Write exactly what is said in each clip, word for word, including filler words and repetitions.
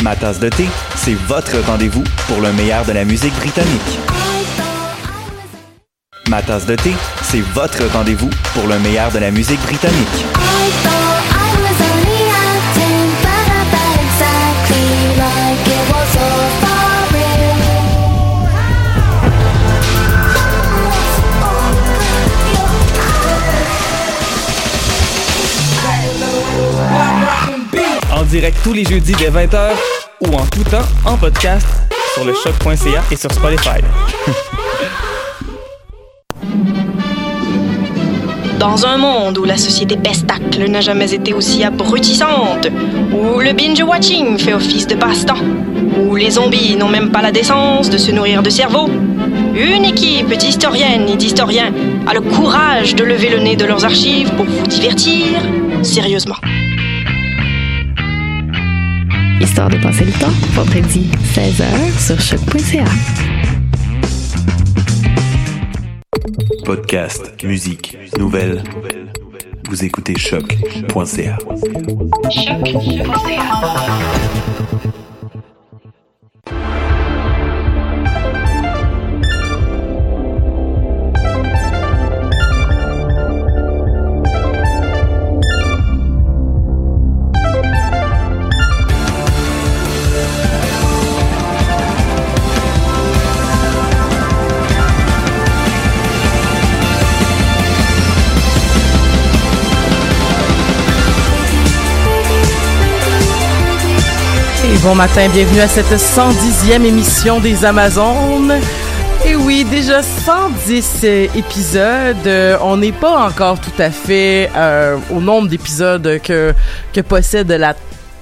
Ma tasse de thé, c'est votre rendez-vous pour le meilleur de la musique britannique. Ma tasse de thé, c'est votre rendez-vous pour le meilleur de la musique britannique. En direct tous les jeudis dès vingt heures ou en tout temps en podcast sur le choc point c a et sur Spotify. Dans un monde où la société pestacle n'a jamais été aussi abrutissante, où le binge-watching fait office de passe-temps, où les zombies n'ont même pas la décence de se nourrir de cerveau, une équipe d'historiennes et d'historiens a le courage de lever le nez de leurs archives pour vous divertir sérieusement. Histoire de passer le temps, vendredi seize heures sur choc point c a. Podcast, musique, nouvelles. Vous écoutez choc point c a. choc point c a. Bon matin, bienvenue à cette cent dixième émission des Amazones. Et oui, déjà cent dix euh, épisodes. Euh, on n'est pas encore tout à fait euh, au nombre d'épisodes que, que possède la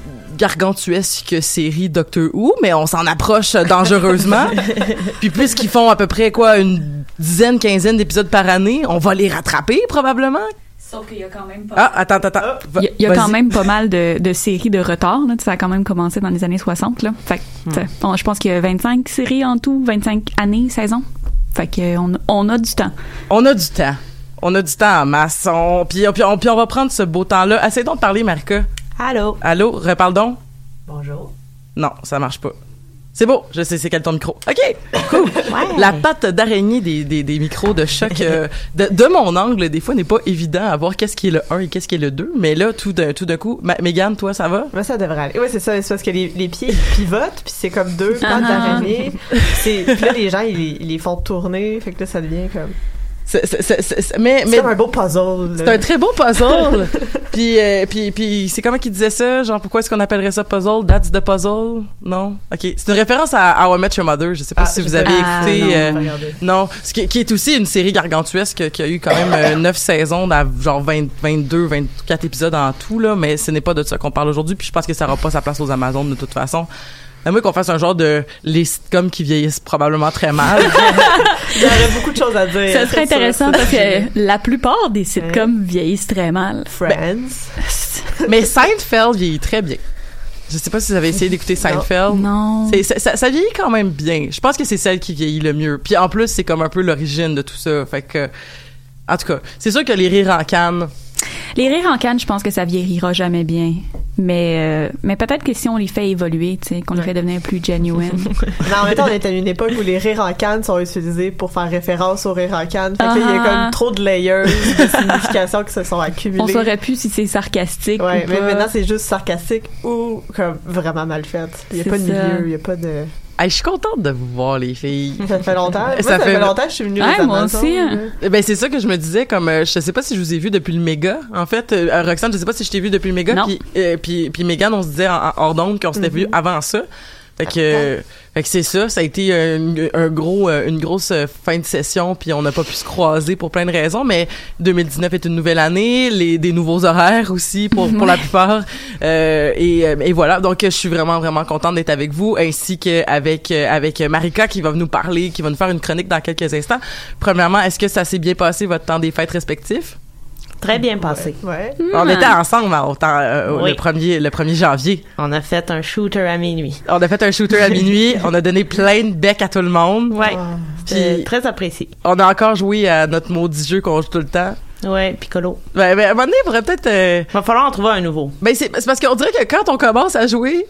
gargantuesque série Doctor Who, mais on s'en approche dangereusement. Puis puisqu'ils font à peu près quoi, une dizaine, quinzaine d'épisodes par année, on va les rattraper probablement. Sauf qu'il y a quand même pas... Ah, attends, attends, attends. Il y a, il y a quand même pas mal de, de séries de retard. Là. Ça a quand même commencé dans les années soixante. Là. Fait que, hmm. on, je pense qu'il y a vingt-cinq séries en tout, vingt-cinq années, saisons. Fait que on, on a du temps. On a du temps. On a du temps en masse. On, puis, puis, on, puis on va prendre ce beau temps-là. Essaye donc de parler, Marika. Allô? Allô? Reparle donc. Bonjour. Non, ça marche pas. C'est beau, je sais c'est quel ton micro. OK, cool. Ouais. La patte d'araignée des, des, des micros de choc, euh, de, de mon angle, des fois, n'est pas évident à voir qu'est-ce qui est le un et qu'est-ce qui est le deux. Mais là, tout d'un, tout d'un coup, Ma- Mégane, toi, ça va? Moi, ça devrait aller. Oui, c'est ça. C'est parce que les, les pieds pivotent, puis c'est comme deux pattes d'araignée. C'est, puis là, les gens, ils, ils les font tourner. Fait que là, ça devient comme... C'est, c'est, c'est, c'est, mais, c'est mais, comme un beau puzzle. Là. C'est un très beau puzzle. puis, euh, puis, puis, c'est comment qu'il disait ça? Genre, pourquoi est-ce qu'on appellerait ça puzzle? That's the puzzle? Non? OK. C'est une référence à How I Met Your Mother. Je sais pas ah, si vous avez ah, écouté. Non, euh, non ce qui, qui est aussi une série gargantuesque qui a eu quand même euh, neuf saisons, genre vingt, vingt-deux, vingt-quatre épisodes en tout, là. Mais ce n'est pas de ça qu'on parle aujourd'hui. Puis je pense que ça n'aura pas sa place aux Amazones de toute façon. À moins qu'on fasse un genre de les sitcoms qui vieillissent probablement très mal. Il y aurait beaucoup de choses à dire. Ça serait intéressant parce que la plupart des sitcoms vieillissent très mal. Friends. Ben, mais Seinfeld vieillit très bien. Je sais pas si vous avez essayé d'écouter Seinfeld. Non. C'est, ça, ça, ça vieillit quand même bien. Je pense que c'est celle qui vieillit le mieux. Puis en plus, c'est comme un peu l'origine de tout ça. Fait que, en tout cas, c'est sûr que les rires en canne. Les rires en canne, je pense que ça vieillira jamais bien. Mais, euh, mais peut-être que si on les fait évoluer, tu sais, qu'on les fait devenir plus genuine. Non, en même temps, on est à une époque où les rires en canne sont utilisés pour faire référence aux rires en canne. Fait que là, il y a comme trop de layers de significations qui se sont accumulés. On saurait plus si c'est sarcastique ouais, ou mais pas. maintenant, c'est juste sarcastique ou comme vraiment mal fait. Il y a C'est pas de ça. milieu, il y a pas de... Hey, je suis contente de vous voir, les filles. Ça fait longtemps. Moi, Ça ça, fait- fait longtemps que je suis venue Ouais, aux moi Amazones, aussi, hein. là. Ben c'est ça que je me disais, comme euh, je sais pas si je vous ai vu depuis le méga. En fait, euh, Roxane, je sais pas si je t'ai vu depuis le méga. Non. Puis euh, puis puis Mégane, on se disait en, en hors d'onde qu'on s'était Mm-hmm. vu avant ça. Fait que, euh, fait que c'est ça, ça a été un, un gros, euh, une grosse euh, fin de session, puis on n'a pas pu se croiser pour plein de raisons, mais deux mille dix-neuf est une nouvelle année, les, des nouveaux horaires aussi pour, pour la plupart, euh, et, euh, et voilà, donc je suis vraiment, vraiment contente d'être avec vous, ainsi qu'avec euh, avec Marika qui va nous parler, qui va nous faire une chronique dans quelques instants. Premièrement, est-ce que ça s'est bien passé votre temps des fêtes respectifs? Très bien passé. Ouais. On était ensemble hein, au temps, euh, Oui. le premier le premier janvier. On a fait un shooter à minuit. On a fait un shooter à minuit, on a donné plein de becs à tout le monde. Ouais. C'était Puis- très apprécié. On a encore joué à notre maudit jeu qu'on joue tout le temps. Ouais, Piccolo. Ben, ben, à un moment donné, il faudrait peut-être... euh, Va falloir en trouver un nouveau. Ben, c'est, c'est parce qu'on dirait que quand on commence à jouer,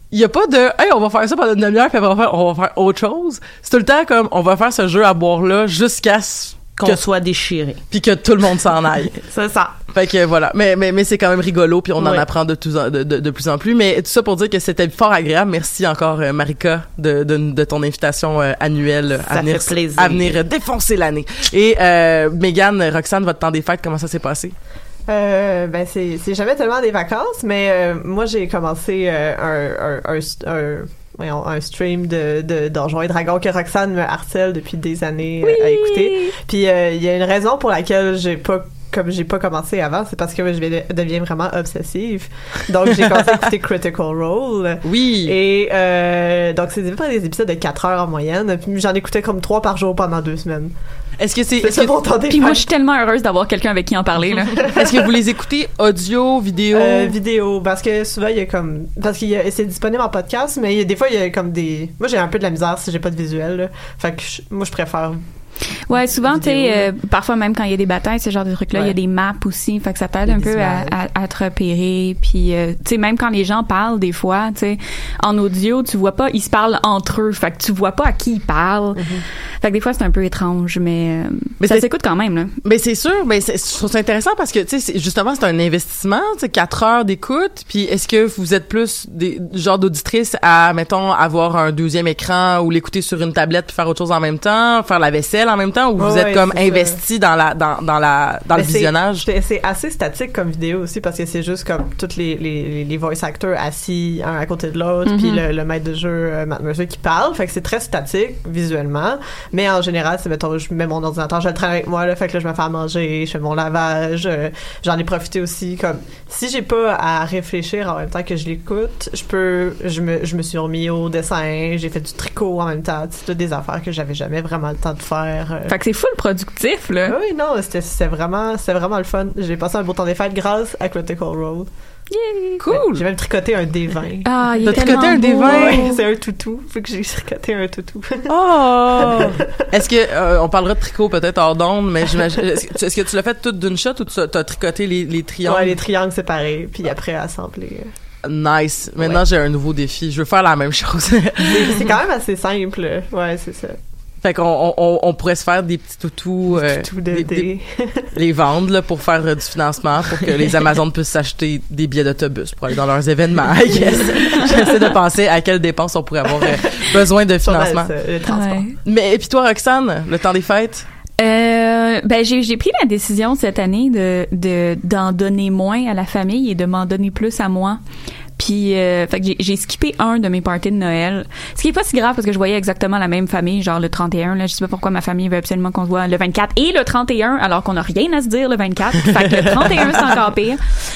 il y a pas de hey, on va faire ça pendant une demi-heure puis après on va faire, on va faire autre chose. C'est tout le temps comme on va faire ce jeu à boire là jusqu'à ce qu'on que, soit déchiré puis que tout le monde s'en aille. C'est ça. Fait que voilà, mais mais mais c'est quand même rigolo puis on en oui. apprend de, tout, de, de de plus en plus. Mais tout ça pour dire que c'était fort agréable. Merci encore euh, Marika de, de de ton invitation euh, annuelle ça à venir fait plaisir. à venir défoncer l'année. Et euh, Mégane, Roxane, votre temps des fêtes, comment ça s'est passé? Euh, ben c'est c'est jamais tellement des vacances, mais euh, moi j'ai commencé euh, un, un, un, un voyons, un stream de, de Donjons et Dragons que Roxane me harcèle depuis des années oui! euh, à écouter. Puis il euh, y a une raison pour laquelle j'ai pas comme j'ai pas commencé avant, c'est parce que je deviens vraiment obsessive. Donc j'ai commencé à écouter Critical Role. Oui. Et euh, donc c'est des épisodes de quatre heures en moyenne. Puis j'en écoutais comme trois par jour pendant deux semaines. Est-ce que c'est, c'est est-ce ça que mon temps des Puis moi fêtes. je suis tellement heureuse d'avoir quelqu'un avec qui en parler là. Est-ce que vous les écoutez audio, vidéo? Euh, vidéo, parce que souvent il y a comme parce qu'il y a, c'est disponible en podcast, mais il y a, des fois il y a comme des moi j'ai un peu de la misère si j'ai pas de visuel là. Fait que je, moi je préfère. Ouais, souvent, tu sais, euh, parfois même quand il y a des batailles, ce genre de trucs-là, il ouais. y a des maps aussi, fait que ça t'aide un peu à, à, à te repérer. Puis, euh, tu sais, même quand les gens parlent, des fois, tu sais, en audio, tu vois pas, ils se parlent entre eux, fait que tu vois pas à qui ils parlent. Mm-hmm. Fait que des fois, c'est un peu étrange, mais, euh, mais ça s'écoute quand même, là. Mais c'est sûr, mais c'est, je trouve ça intéressant parce que, tu sais, justement, c'est un investissement, tu sais, quatre heures d'écoute, puis est-ce que vous êtes plus des genre d'auditrice à, mettons, avoir un deuxième écran ou l'écouter sur une tablette puis faire autre chose en même temps, faire la vaisselle en même temps, ou vous ouais, êtes comme c'est investi ça. dans la dans dans la dans mais le visionnage? C'est, c'est assez statique comme vidéo aussi parce que c'est juste comme tous les les les voice actors assis un à côté de l'autre, mm-hmm. puis le, le maître de jeu euh, Matt Mercer qui parle, fait que c'est très statique visuellement, mais en général c'est mettons je mets mon ordinateur, je le traîne avec moi là, fait que là je me fais à manger, je fais mon lavage, euh, j'en ai profité aussi comme si j'ai pas à réfléchir en même temps que je l'écoute, je peux je me je me suis remis au dessin, j'ai fait du tricot en même temps, c'est toutes des affaires que j'avais jamais vraiment le temps de faire. Euh, Fait que c'est full productif, là. Oui, non, c'était, c'était vraiment, c'était vraiment le fun. J'ai passé un beau temps des fêtes grâce à Critical Role. Yeah. Cool! Ouais, j'ai même tricoté un D vingt. Ah, il T'as est tricoté un D vingt? Ouais, c'est un toutou. Faut que j'ai tricoté un toutou. Oh! Est-ce que, euh, on parlera de tricot peut-être hors d'onde, mais j'imagine, est-ce que, est-ce que tu l'as fait tout d'une shot ou tu as tricoté les, les triangles? Ouais, les triangles séparés, puis après assembler. Nice. Maintenant, ouais. J'ai un nouveau défi. Je veux faire la même chose. c'est, c'est quand même assez simple. Ouais, c'est ça. Fait qu'on on, on pourrait se faire des petits toutous, euh, Toutous de des, des, les vendre là, pour faire euh, du financement, pour que les Amazones puissent s'acheter des billets d'autobus pour aller dans leurs événements. J'essaie de penser à quelles dépenses on pourrait avoir euh, besoin de financement. Ça, le transport. Ouais. Mais et puis toi, Roxane, le temps des fêtes? Euh, ben j'ai j'ai pris la décision cette année de de d'en donner moins à la famille et de m'en donner plus à moi. Puis, euh, fait que j'ai, j'ai skippé un de mes parties de Noël. Ce qui est pas si grave parce que je voyais exactement la même famille, genre le trente et un. Là, je sais pas pourquoi ma famille veut absolument qu'on se voit le vingt-quatre et le trente et un, alors qu'on a rien à se dire le vingt-quatre. Fait que le trente et un, c'est encore pire.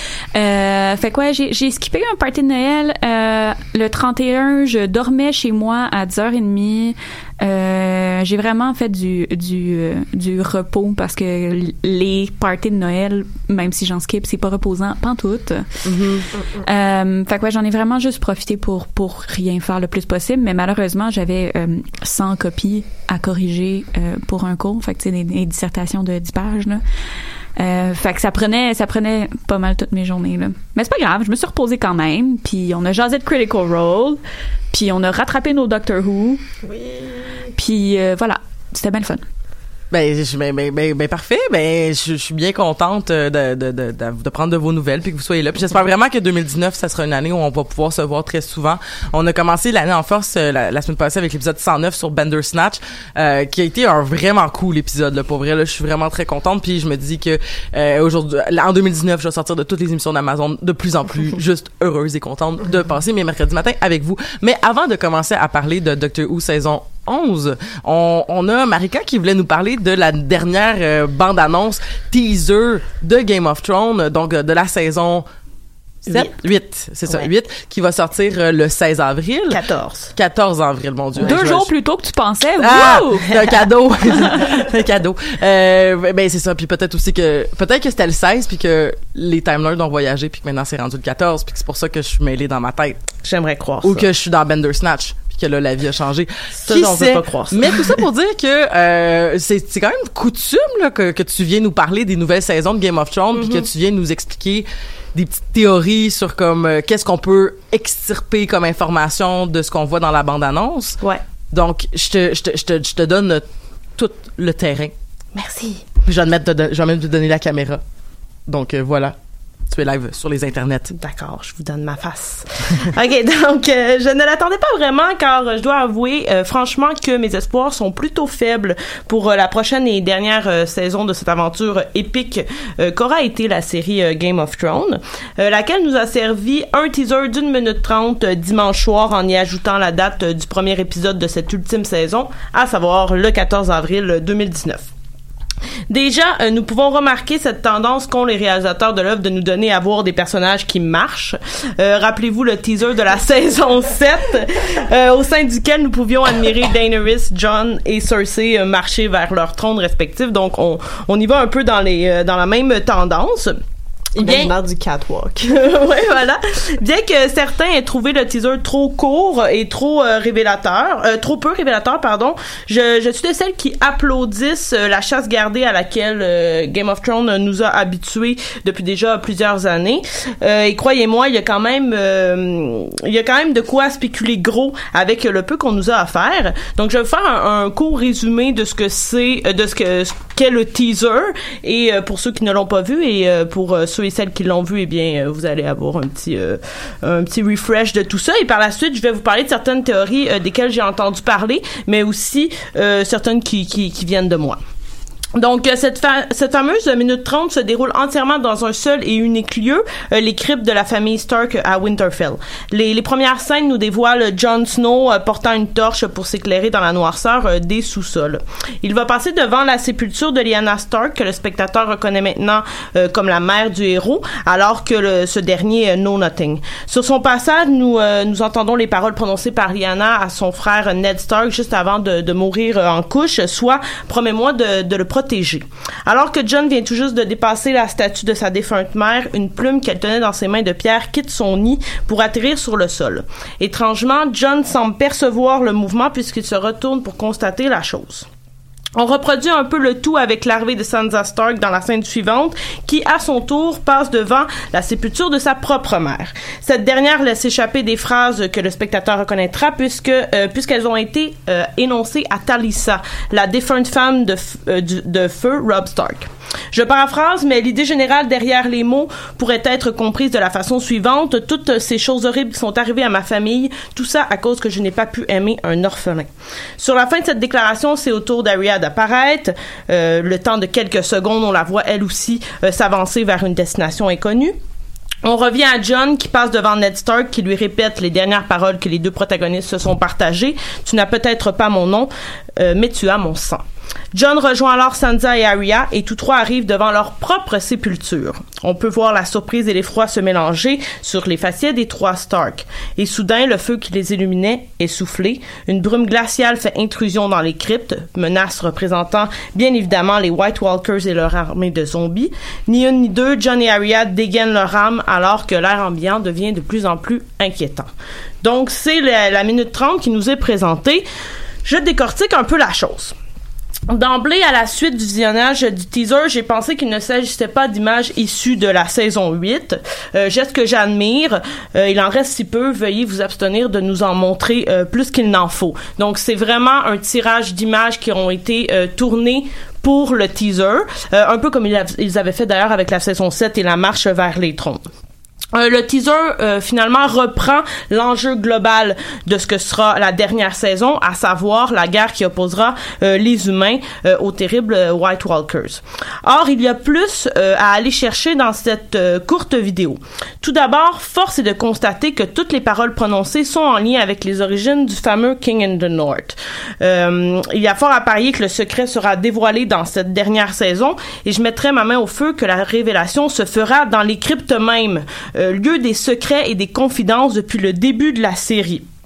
Euh, fait quoi, ouais, j'ai, j'ai skippé un party de Noël. Euh, le trente et un, je dormais chez moi à dix heures trente. Euh, j'ai vraiment fait du du euh, du repos parce que les parties de Noël, même si j'en skip, c'est pas reposant pantoute. Mm-hmm. Euh, fait que ouais, j'en ai vraiment juste profité pour pour rien faire le plus possible, mais malheureusement j'avais euh, cent copies à corriger euh, pour un cours, fait que tu sais des, des dissertations de dix pages là. Euh, fait que ça prenait ça prenait pas mal toutes mes journées là. Mais c'est pas grave, je me suis reposée quand même, puis on a jasé de Critical Role, puis on a rattrapé nos Doctor Who. Oui. Puis euh, voilà, c'était bien le fun. Ben, je, ben, ben, ben, ben, parfait. Ben, je, je suis bien contente de, de, de, de, de prendre de vos nouvelles puis que vous soyez là. Puis j'espère vraiment que deux mille dix-neuf, ça sera une année où on va pouvoir se voir très souvent. On a commencé l'année en force la, la semaine passée avec l'épisode cent neuf sur Bandersnatch, euh, qui a été un vraiment cool épisode, là. Pour vrai, là, je suis vraiment très contente. Puis je me dis que, euh, aujourd'hui, en deux mille dix-neuf, je vais sortir de toutes les émissions d'Amazon de plus en plus juste heureuse et contente de passer mes mercredis matins avec vous. Mais avant de commencer à parler de Doctor Who saison onze, on, on a Marika qui voulait nous parler de la dernière euh, bande-annonce teaser de Game of Thrones, donc euh, de la saison sept, huit, c'est ça, ouais. huit, qui va sortir euh, le seize avril. quatorze. quatorze avril, mon Dieu. Deux ouais, jours je... plus tôt que tu pensais. Ah! C'est un cadeau. C'est un cadeau. Euh, ben, c'est ça. Puis peut-être aussi que, peut-être que c'était le seize puis que les Time Lords ont voyagé puis que maintenant c'est rendu le quatorze puis que c'est pour ça que je suis mêlée dans ma tête. J'aimerais croire Ou ça. que je suis dans Bandersnatch. que là, la vie a changé. Ça, Qui on sait? peut pas croire ça. Mais tout ça pour dire que euh, c'est, c'est quand même coutume là, que, que tu viennes nous parler des nouvelles saisons de Game of Thrones, puis Mm-hmm. que tu viennes nous expliquer des petites théories sur comme euh, qu'est-ce qu'on peut extirper comme information de ce qu'on voit dans la bande-annonce. Ouais. Donc, je te, je te, je te, je te donne tout le terrain. Merci. Puis je vais, te mettre de, je vais même te donner la caméra. Donc, euh, voilà. Tu es live sur les internets. D'accord, je vous donne ma face. OK, donc euh, je ne l'attendais pas vraiment car euh, je dois avouer euh, franchement que mes espoirs sont plutôt faibles pour euh, la prochaine et dernière euh, saison de cette aventure épique euh, qu'aura été la série euh, Game of Thrones, euh, laquelle nous a servi un teaser d'une minute trente euh, dimanche soir en y ajoutant la date euh, du premier épisode de cette ultime saison, à savoir le quatorze avril deux mille dix-neuf. Déjà, euh, nous pouvons remarquer cette tendance qu'ont les réalisateurs de l'œuvre de nous donner à voir des personnages qui marchent. Euh, rappelez-vous le teaser de la saison sept, euh, au sein duquel nous pouvions admirer Daenerys, Jon et Cersei euh, marcher vers leur trône respectif. Donc, on, on y va un peu dans, les, euh, dans la même tendance. Bien, l'image du catwalk. Oui, voilà. Bien que certains aient trouvé le teaser trop court et trop euh, révélateur, euh, trop peu révélateur, pardon, je, je suis de celles qui applaudissent euh, la chasse gardée à laquelle euh, Game of Thrones nous a habitués depuis déjà plusieurs années. Euh, et croyez-moi, il y a quand même, euh, il y a quand même de quoi spéculer gros avec le peu qu'on nous a à faire. Donc, je vais vous faire un, un court résumé de ce que c'est, euh, de ce que ce qu'est le teaser. Et euh, pour ceux qui ne l'ont pas vu et euh, pour euh, ceux et celles qui l'ont vu, eh bien, euh, vous allez avoir un petit, euh, un petit refresh de tout ça. Et par la suite, je vais vous parler de certaines théories euh, desquelles j'ai entendu parler, mais aussi euh, certaines qui, qui, qui viennent de moi. Donc, cette, fa- cette fameuse minute trente se déroule entièrement dans un seul et unique lieu, euh, les cryptes de la famille Stark à Winterfell. Les, les premières scènes nous dévoilent Jon Snow euh, portant une torche pour s'éclairer dans la noirceur euh, des sous-sols. Il va passer devant la sépulture de Lyanna Stark, que le spectateur reconnaît maintenant euh, comme la mère du héros, alors que le, ce dernier euh, know nothing. Sur son passage, nous, euh, nous entendons les paroles prononcées par Lyanna à son frère Ned Stark juste avant de, de mourir euh, en couche, soit « Promets-moi de, de le protéger ». Alors que Jon vient tout juste de dépasser la statue de sa défunte mère, une plume qu'elle tenait dans ses mains de pierre quitte son nid pour atterrir sur le sol. Étrangement, Jon semble percevoir le mouvement puisqu'il se retourne pour constater la chose. On reproduit un peu le tout avec l'arrivée de Sansa Stark dans la scène suivante, qui, à son tour, passe devant la sépulture de sa propre mère. Cette dernière laisse échapper des phrases que le spectateur reconnaîtra puisque, euh, puisqu'elles ont été euh, énoncées à Talisa, la défunte femme de, f- euh, de, de feu Robb Stark. Je paraphrase, mais l'idée générale derrière les mots pourrait être comprise de la façon suivante. Toutes ces choses horribles qui sont arrivées à ma famille, tout ça à cause que je n'ai pas pu aimer un orphelin. Sur la fin de cette déclaration, c'est au tour d'Arya d'apparaître. Euh, le temps de quelques secondes, on la voit elle aussi euh, s'avancer vers une destination inconnue. On revient à Jon qui passe devant Ned Stark qui lui répète les dernières paroles que les deux protagonistes se sont partagées. « Tu n'as peut-être pas mon nom, euh, mais tu as mon sang ». Jon rejoint alors Sansa et Arya et tous trois arrivent devant leur propre sépulture. On peut voir la surprise et l'effroi se mélanger sur les faciès des trois Stark. Et soudain, le feu qui les illuminait est soufflé. Une brume glaciale fait intrusion dans les cryptes, menace représentant bien évidemment les White Walkers et leur armée de zombies. Ni une ni deux, Jon et Arya dégainent leur âme alors que l'air ambiant devient de plus en plus inquiétant. Donc, c'est la, la minute trente qui nous est présentée. Je décortique un peu la chose. D'emblée, à la suite du visionnage du teaser, j'ai pensé qu'il ne s'agissait pas d'images issues de la saison huit. Euh, geste que j'admire. Euh, il en reste si peu. Veuillez vous abstenir de nous en montrer euh, plus qu'il n'en faut. Donc, c'est vraiment un tirage d'images qui ont été euh, tournées pour le teaser. Euh, un peu comme ils avaient fait d'ailleurs avec la saison sept et la marche vers les trônes. Euh, le teaser euh, finalement reprend l'enjeu global de ce que sera la dernière saison, à savoir la guerre qui opposera euh, les humains euh, aux terribles euh, White Walkers. Or, il y a plus euh, à aller chercher dans cette euh, courte vidéo. Tout d'abord, force est de constater que toutes les paroles prononcées sont en lien avec les origines du fameux King in the North. Euh, il y a fort à parier que le secret sera dévoilé dans cette dernière saison et je mettrai ma main au feu que la révélation se fera dans les cryptes mêmes, euh, lieu des secrets et des confidences depuis le début de la série.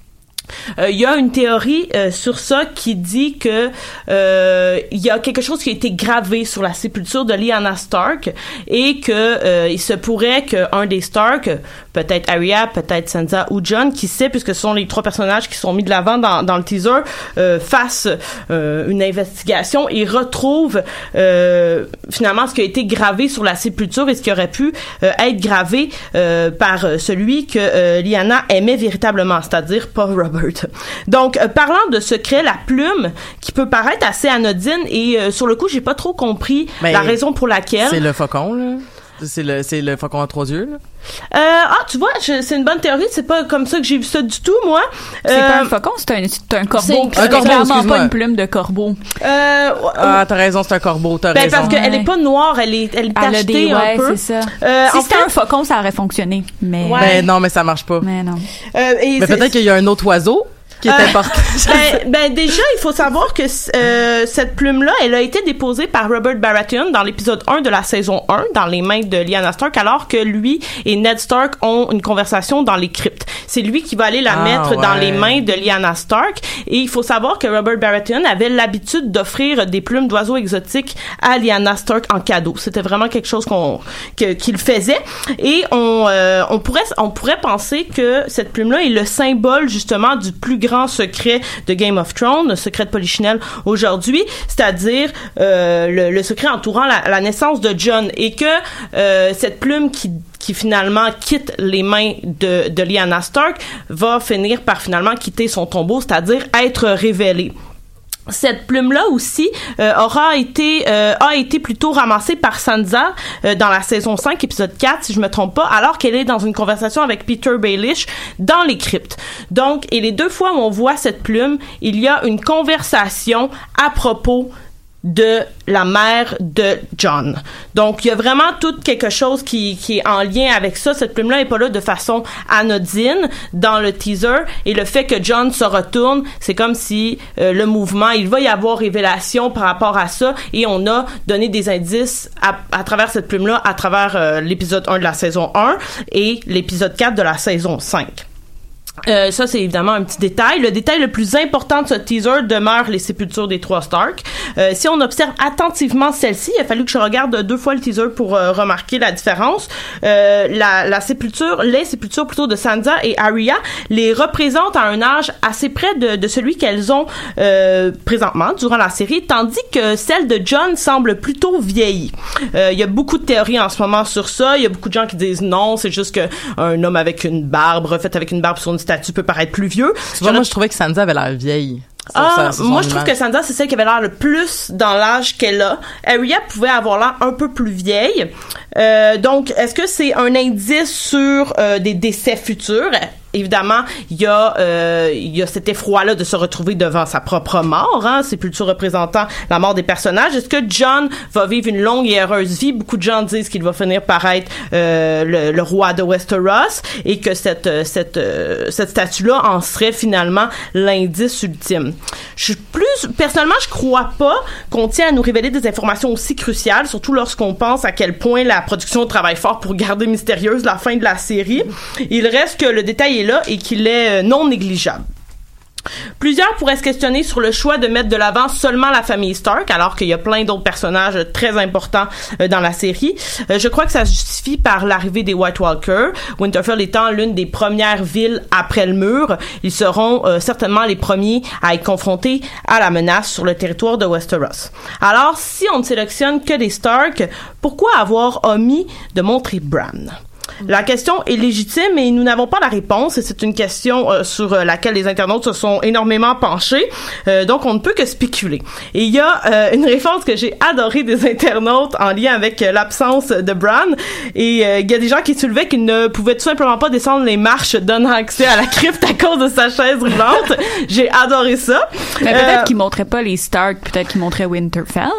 Il euh, y a une théorie euh, sur ça qui dit que euh, il y a quelque chose qui a été gravé sur la sépulture de Lyanna Stark et que euh, il se pourrait qu'un des Stark, peut-être Arya, peut-être Sansa ou Jon, qui sait, puisque ce sont les trois personnages qui sont mis de l'avant dans, dans le teaser, euh, fasse euh, une investigation et retrouve euh, finalement ce qui a été gravé sur la sépulture et ce qui aurait pu euh, être gravé euh, par celui que euh, Lyanna aimait véritablement, c'est-à-dire pas Robert. Donc, euh, parlant de secret, la plume qui peut paraître assez anodine et euh, sur le coup, j'ai pas trop compris ben, la raison pour laquelle. C'est le faucon, là. C'est le, c'est le faucon à trois yeux, là. Euh, ah, tu vois, je, c'est une bonne théorie. C'est pas comme ça que j'ai vu ça du tout, moi. C'est euh, pas un faucon, c'est un, c'est un corbeau. C'est, un c'est corbeau, clairement excuse-moi. Pas une plume de corbeau. Euh, ah, t'as raison, c'est un corbeau, t'as ben, raison. parce qu'elle est pas noire, elle est, elle est tachetée des, un ouais, peu. c'est ça. Euh, si en c'était fait, un faucon, ça aurait fonctionné. Mais, ouais. Ben, non, mais ça marche pas. Mais non. Euh, et mais peut-être qu'il y a un autre oiseau qui est euh, important. ben, ben déjà, il faut savoir que euh, cette plume-là, elle a été déposée par Robert Baratheon dans l'épisode un de la saison un, dans les mains de Lyanna Stark, alors que lui et Ned Stark ont une conversation dans les cryptes. C'est lui qui va aller la ah, mettre ouais. dans les mains de Lyanna Stark. Et il faut savoir que Robert Baratheon avait l'habitude d'offrir des plumes d'oiseaux exotiques à Lyanna Stark en cadeau. C'était vraiment quelque chose qu'on que, qu'il faisait. Et on euh, on pourrait on pourrait penser que cette plume-là est le symbole justement du plus grand grand secret de Game of Thrones, le secret de Polichinelle aujourd'hui, c'est-à-dire euh, le, le secret entourant la, la naissance de Jon et que euh, cette plume qui qui finalement quitte les mains de, de Lyanna Stark va finir par finalement quitter son tombeau, c'est-à-dire être révélée. Cette plume-là aussi euh, aura été euh, a été plutôt ramassée par Sansa euh, dans la saison cinq, épisode quatre, si je me trompe pas, alors qu'elle est dans une conversation avec Peter Baelish dans les cryptes. Donc, et les deux fois où on voit cette plume, il y a une conversation à propos de la mère de Jon. Donc, il y a vraiment tout quelque chose qui, qui est en lien avec ça. Cette plume-là est pas là de façon anodine dans le teaser. Et le fait que Jon se retourne, c'est comme si euh, le mouvement, il va y avoir révélation par rapport à ça. Et on a donné des indices à, à travers cette plume-là, à travers euh, l'épisode un de la saison un et l'épisode quatre de la saison cinq. Euh, ça, c'est évidemment un petit détail. Le détail le plus important de ce teaser demeure les sépultures des trois Stark. Euh, si on observe attentivement celle-ci, il a fallu que je regarde deux fois le teaser pour euh, remarquer la différence. Euh, la, la sépulture, les sépultures plutôt de Sansa et Arya les représentent à un âge assez près de, de celui qu'elles ont euh, présentement durant la série, tandis que celle de Jon semble plutôt vieillie. Euh, il y a beaucoup de théories en ce moment sur ça. Il y a beaucoup de gens qui disent non, c'est juste qu'un homme avec une barbe, refait avec une barbe sur une statue peut paraître plus vieux. Tu vois, moi, je trouvais que Sansa avait l'air vieille. Ah, ça, moi, je trouve que Sansa, c'est celle qui avait l'air le plus dans l'âge qu'elle a. Arya pouvait avoir l'air un peu plus vieille. Euh, donc, est-ce que c'est un indice sur euh, des décès futurs? Évidemment, il y a euh, il y a cet effroi-là de se retrouver devant sa propre mort, hein, c'est plutôt représentant la mort des personnages. Est-ce que Jon va vivre une longue et heureuse vie? Beaucoup de gens disent qu'il va finir par être euh, le, le roi de Westeros et que cette cette euh, cette statue-là en serait finalement l'indice ultime. Je suis plus personnellement, je crois pas qu'on tient à nous révéler des informations aussi cruciales, surtout lorsqu'on pense à quel point la production travaille fort pour garder mystérieuse la fin de la série. Il reste que le détail est là et qu'il est non négligeable. Plusieurs pourraient se questionner sur le choix de mettre de l'avant seulement la famille Stark, alors qu'il y a plein d'autres personnages très importants euh, dans la série. Euh, je crois que ça se justifie par l'arrivée des White Walkers. Winterfell étant l'une des premières villes après le mur, ils seront euh, certainement les premiers à être confrontés à la menace sur le territoire de Westeros. Alors, si on ne sélectionne que des Stark, pourquoi avoir omis de montrer Bran? La question est légitime et nous n'avons pas la réponse. C'est une question euh, sur euh, laquelle les internautes se sont énormément penchés. Euh, donc, on ne peut que spéculer. Et il y a euh, une réponse que j'ai adorée des internautes en lien avec euh, l'absence de Bran. Et euh, il y a des gens qui soulevaient qu'il ne pouvait tout simplement pas descendre les marches donnant accès à la crypte à cause de sa chaise roulante. J'ai adoré ça. Mais peut-être euh, qu'il montrait pas les Stark, peut-être qu'il montrait Winterfell.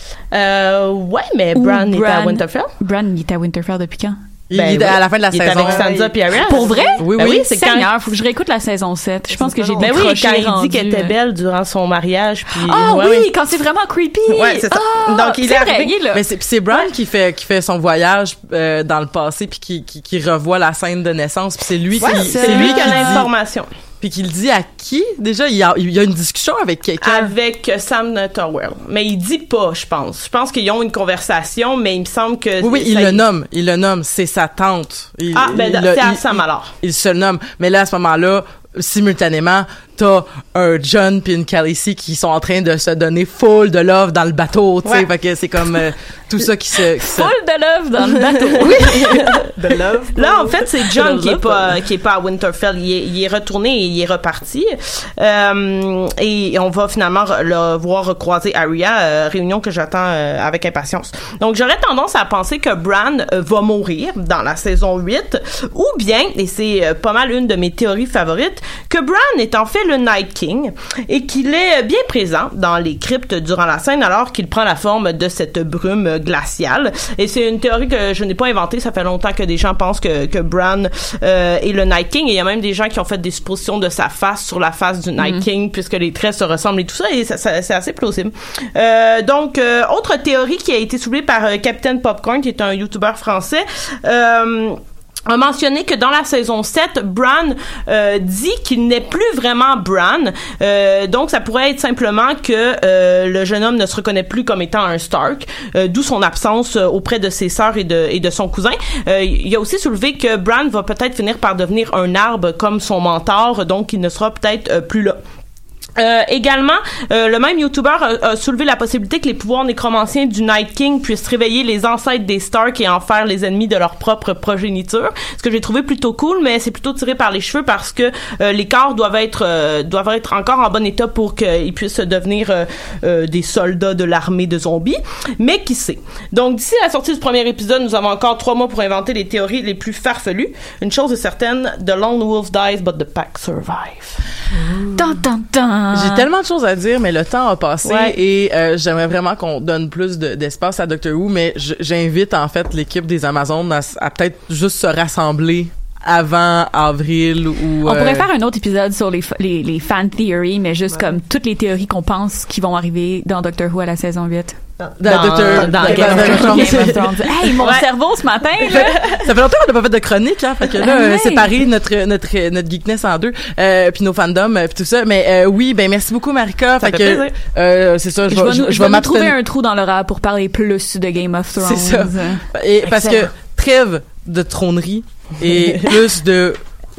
Euh, ouais, mais Bran était à Winterfell. Bran, il était à Winterfell depuis quand? Il Ben est oui. à la fin de la il saison. est avec Sansa puis Arya. Pour vrai? Oui, Ben oui. oui, c'est quand Seigneur, faut que je réécoute la saison sept. Je pense que j'ai Ben oui, décroché quand il dit rendu, qu'elle était belle durant son mariage, puis Ah ouais, oui, ouais. quand c'est vraiment creepy. Ouais, c'est ça. Ah, Donc, il est c'est vrai, arrivé- il est là. Mais c'est, c'est Bran qui fait qui fait son voyage euh, dans le passé puis qui, qui qui revoit la scène de naissance puis c'est lui Ouais, qui c'est lui qui a dit- l'information. Puis qu'il le dit à qui? Déjà, il y a, il y a une discussion avec quelqu'un. Avec Sam Towell. Mais il dit pas, je pense. Je pense qu'ils ont une conversation, mais il me semble que... Oui, oui, il ça, le nomme. Il le nomme. C'est sa tante. Il, ah, ben, il, c'est à il, Sam alors. Il, il se le nomme. Mais là, à ce moment-là, simultanément, t'as un John puis une Khaleesi qui sont en train de se donner full de love dans le bateau, tu sais, ouais. Fait que c'est comme euh, tout ça qui se... Qui se... Full de love dans le bateau. Oui! De love. Là, en fait, c'est John qui est pas, qui est pas à Winterfell. Il est, il est retourné et il est reparti. Euh, et on va finalement le voir recroiser Arya, euh, réunion que j'attends euh, avec impatience. Donc, j'aurais tendance à penser que Bran euh, va mourir dans la saison huit, ou bien, et c'est euh, pas mal une de mes théories favorites, que Bran est en fait le Night King et qu'il est bien présent dans les cryptes durant la scène alors qu'il prend la forme de cette brume glaciale. Et c'est une théorie que je n'ai pas inventée. Ça fait longtemps que des gens pensent que, que Bran euh, est le Night King, et il y a même des gens qui ont fait des suppositions de sa face sur la face du Night mm-hmm. King puisque les traits se ressemblent et tout ça, et ça, ça, c'est assez plausible. Euh, donc, euh, autre théorie qui a été soulevée par euh, Captain Popcorn, qui est un YouTuber français, euh, a mentionné que dans la saison sept, Bran euh, dit qu'il n'est plus vraiment Bran. Euh, donc, ça pourrait être simplement que euh, le jeune homme ne se reconnaît plus comme étant un Stark, euh, d'où son absence euh, auprès de ses sœurs et de, et de son cousin. Euh, il a aussi soulevé que Bran va peut-être finir par devenir un arbre comme son mentor, donc il ne sera peut-être euh, plus là. Euh, également, euh, le même YouTuber a, a soulevé la possibilité que les pouvoirs nécromanciens du Night King puissent réveiller les ancêtres des Stark et en faire les ennemis de leur propre progéniture. Ce que j'ai trouvé plutôt cool, mais c'est plutôt tiré par les cheveux parce que euh, les corps doivent être euh, doivent être encore en bon état pour qu'ils puissent devenir euh, euh, des soldats de l'armée de zombies. Mais qui sait? Donc, d'ici la sortie du premier épisode, nous avons encore trois mois pour inventer les théories les plus farfelues. Une chose est certaine, the lone wolf dies, but the pack survive. Dun, dun, dun. J'ai tellement de choses à dire, mais le temps a passé ouais. et euh, j'aimerais vraiment qu'on donne plus de, d'espace à Doctor Who, mais j'invite en fait l'équipe des Amazones à, à peut-être juste se rassembler avant avril ou... On euh... pourrait faire un autre épisode sur les, les, les fan theories, mais juste ouais. comme toutes les théories qu'on pense qui vont arriver dans Doctor Who à la saison huit. Dans, dans, Doctor, dans, dans Game of Thrones. Hey, mon ouais. cerveau ce matin, là! Ça fait longtemps qu'on n'a pas fait de chronique, hein. Fait que là, euh, séparer notre, notre, notre geekness en deux, euh, puis nos fandoms, puis tout ça. Mais, euh, oui, ben, merci beaucoup, Marika. Ça fait, fait que, euh, c'est ça, je, je vais, je, je je vais me trouver un trou dans le rap pour parler plus de Game of Thrones. C'est ça. Et parce que trêve de trônerie et plus de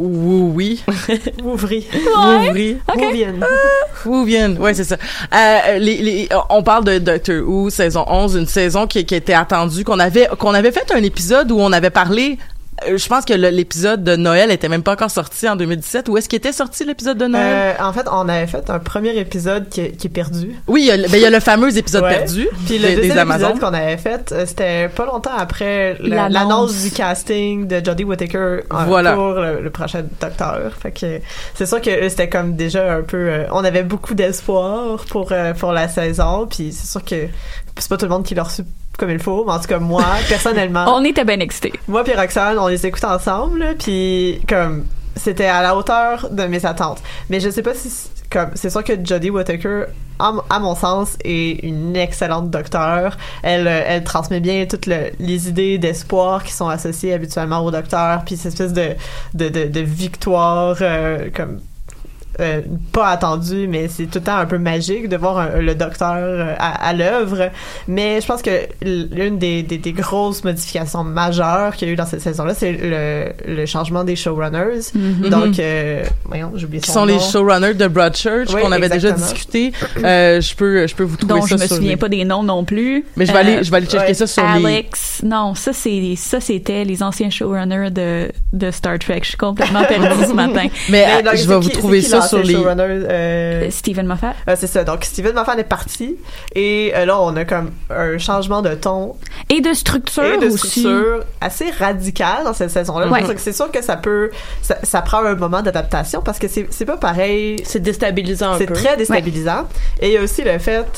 oui, Wouvri. Wouvri. Wouvienne. Wouvienne. Ouais, c'est ça. Euh, les, les, on parle de Doctor Who saison onze, une saison qui, qui était attendue, qu'on avait, qu'on avait fait un épisode où on avait parlé. Je pense que le, l'épisode de Noël était même pas encore sorti en deux mille dix-sept. Où est-ce qu'il était sorti l'épisode de Noël? Euh, en fait, on avait fait un premier épisode qui, qui est perdu. Oui, il y a, ben, il y a le fameux épisode ouais. perdu. Puis le deuxième épisode qu'on avait fait, c'était pas longtemps après la, l'annonce. l'annonce du casting de Jodie Whittaker voilà. pour le, le prochain Docteur. Fait que c'est sûr que c'était comme déjà un peu... Euh, on avait beaucoup d'espoir pour, euh, pour la saison. Puis c'est sûr que c'est pas tout le monde qui l'a reçu comme il faut, mais en tout cas moi personnellement on était bien excités. Moi puis Roxane, on les écoute ensemble, puis comme c'était à la hauteur de mes attentes. Mais je sais pas si comme c'est sûr que Jodie Whittaker à, à mon sens est une excellente docteure. Elle elle transmet bien toutes le, les idées d'espoir qui sont associées habituellement au docteur, puis cette espèce de de de, de victoire euh, comme Euh, pas attendu, mais c'est tout le temps un peu magique de voir un, le docteur euh, à, à l'œuvre. Mais je pense que l'une des, des, des grosses modifications majeures qu'il y a eu dans cette saison-là, c'est le, le changement des showrunners. Mm-hmm. Donc, euh, voyons, j'ai oublié son Qui sont nom. Les showrunners de Broadchurch, oui, qu'on avait exactement. déjà discuté. Euh, je peux, je peux vous trouver Donc, ça sur... Donc, je me souviens les... pas des noms non plus. Mais je vais aller, je vais aller checker ouais. ça sur Alex, les... Alex, non, ça c'est, ça c'était les anciens showrunners de, de Star Trek. Je suis complètement perdue ce matin. Mais, Mais donc, je vais vous qui, trouver ça sur les... Euh, Stephen Moffat. Euh, c'est ça. Donc, Stephen Moffat est parti. Et euh, là, on a comme un changement de ton. Et de structure et de aussi. structure assez radical dans cette saison-là. Ouais. C'est sûr que ça peut... Ça, ça prend un moment d'adaptation parce que c'est, c'est pas pareil. C'est déstabilisant un c'est peu. C'est très déstabilisant. Ouais. Et il y a aussi le fait...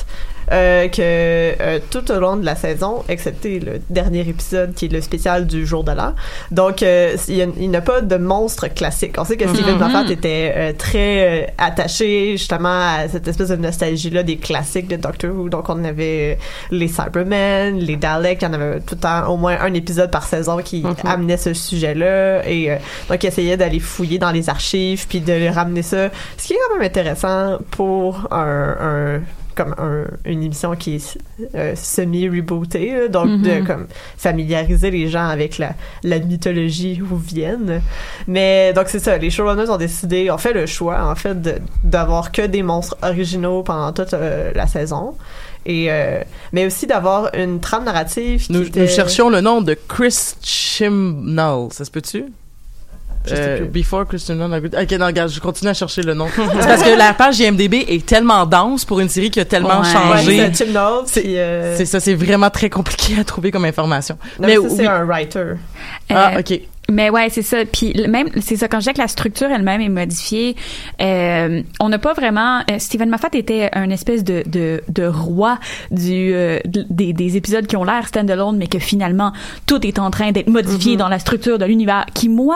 euh, que euh, tout au long de la saison, excepté le dernier épisode qui est le spécial du jour de l'an, donc euh, il, y a, il n'y a pas de monstre classique. On sait que Steven mm-hmm. Moffat était euh, très euh, attaché justement à cette espèce de nostalgie-là des classiques de Doctor Who. Donc on avait les Cybermen, les Daleks, il y en avait tout le temps au moins un épisode par saison qui mm-hmm. amenait ce sujet-là, et euh, donc il essayait d'aller fouiller dans les archives puis de ramener ça, ce qui est quand même intéressant pour un, un comme un, une émission qui est euh, semi-rebootée, là, donc mm-hmm. de comme familiariser les gens avec la, la mythologie whovienne. Mais donc c'est ça, les showrunners ont décidé, ont fait le choix en fait de, d'avoir que des monstres originaux pendant toute euh, la saison. Et euh, mais aussi d'avoir une trame narrative qui nous, était... nous cherchions le nom de Chris Chibnall, ça se peut-tu? Euh, before Christian Nunn. Ok, non, regarde, je continue à chercher le nom. C'est parce que la page I M D B est tellement dense pour une série qui a tellement ouais. changé. Ouais, c'est, c'est, euh... c'est ça, c'est vraiment très compliqué à trouver comme information. Non, mais ça, oui. C'est un writer. Ah, euh, ok. Mais ouais, c'est ça. Puis même, c'est ça, quand je dis que la structure elle-même est modifiée, euh, on n'a pas vraiment... Euh, Steven Moffat était un espèce de, de, de roi du, euh, des, des épisodes qui ont l'air stand-alone, mais que finalement, tout est en train d'être modifié mm-hmm. dans la structure de l'univers, qui, moi...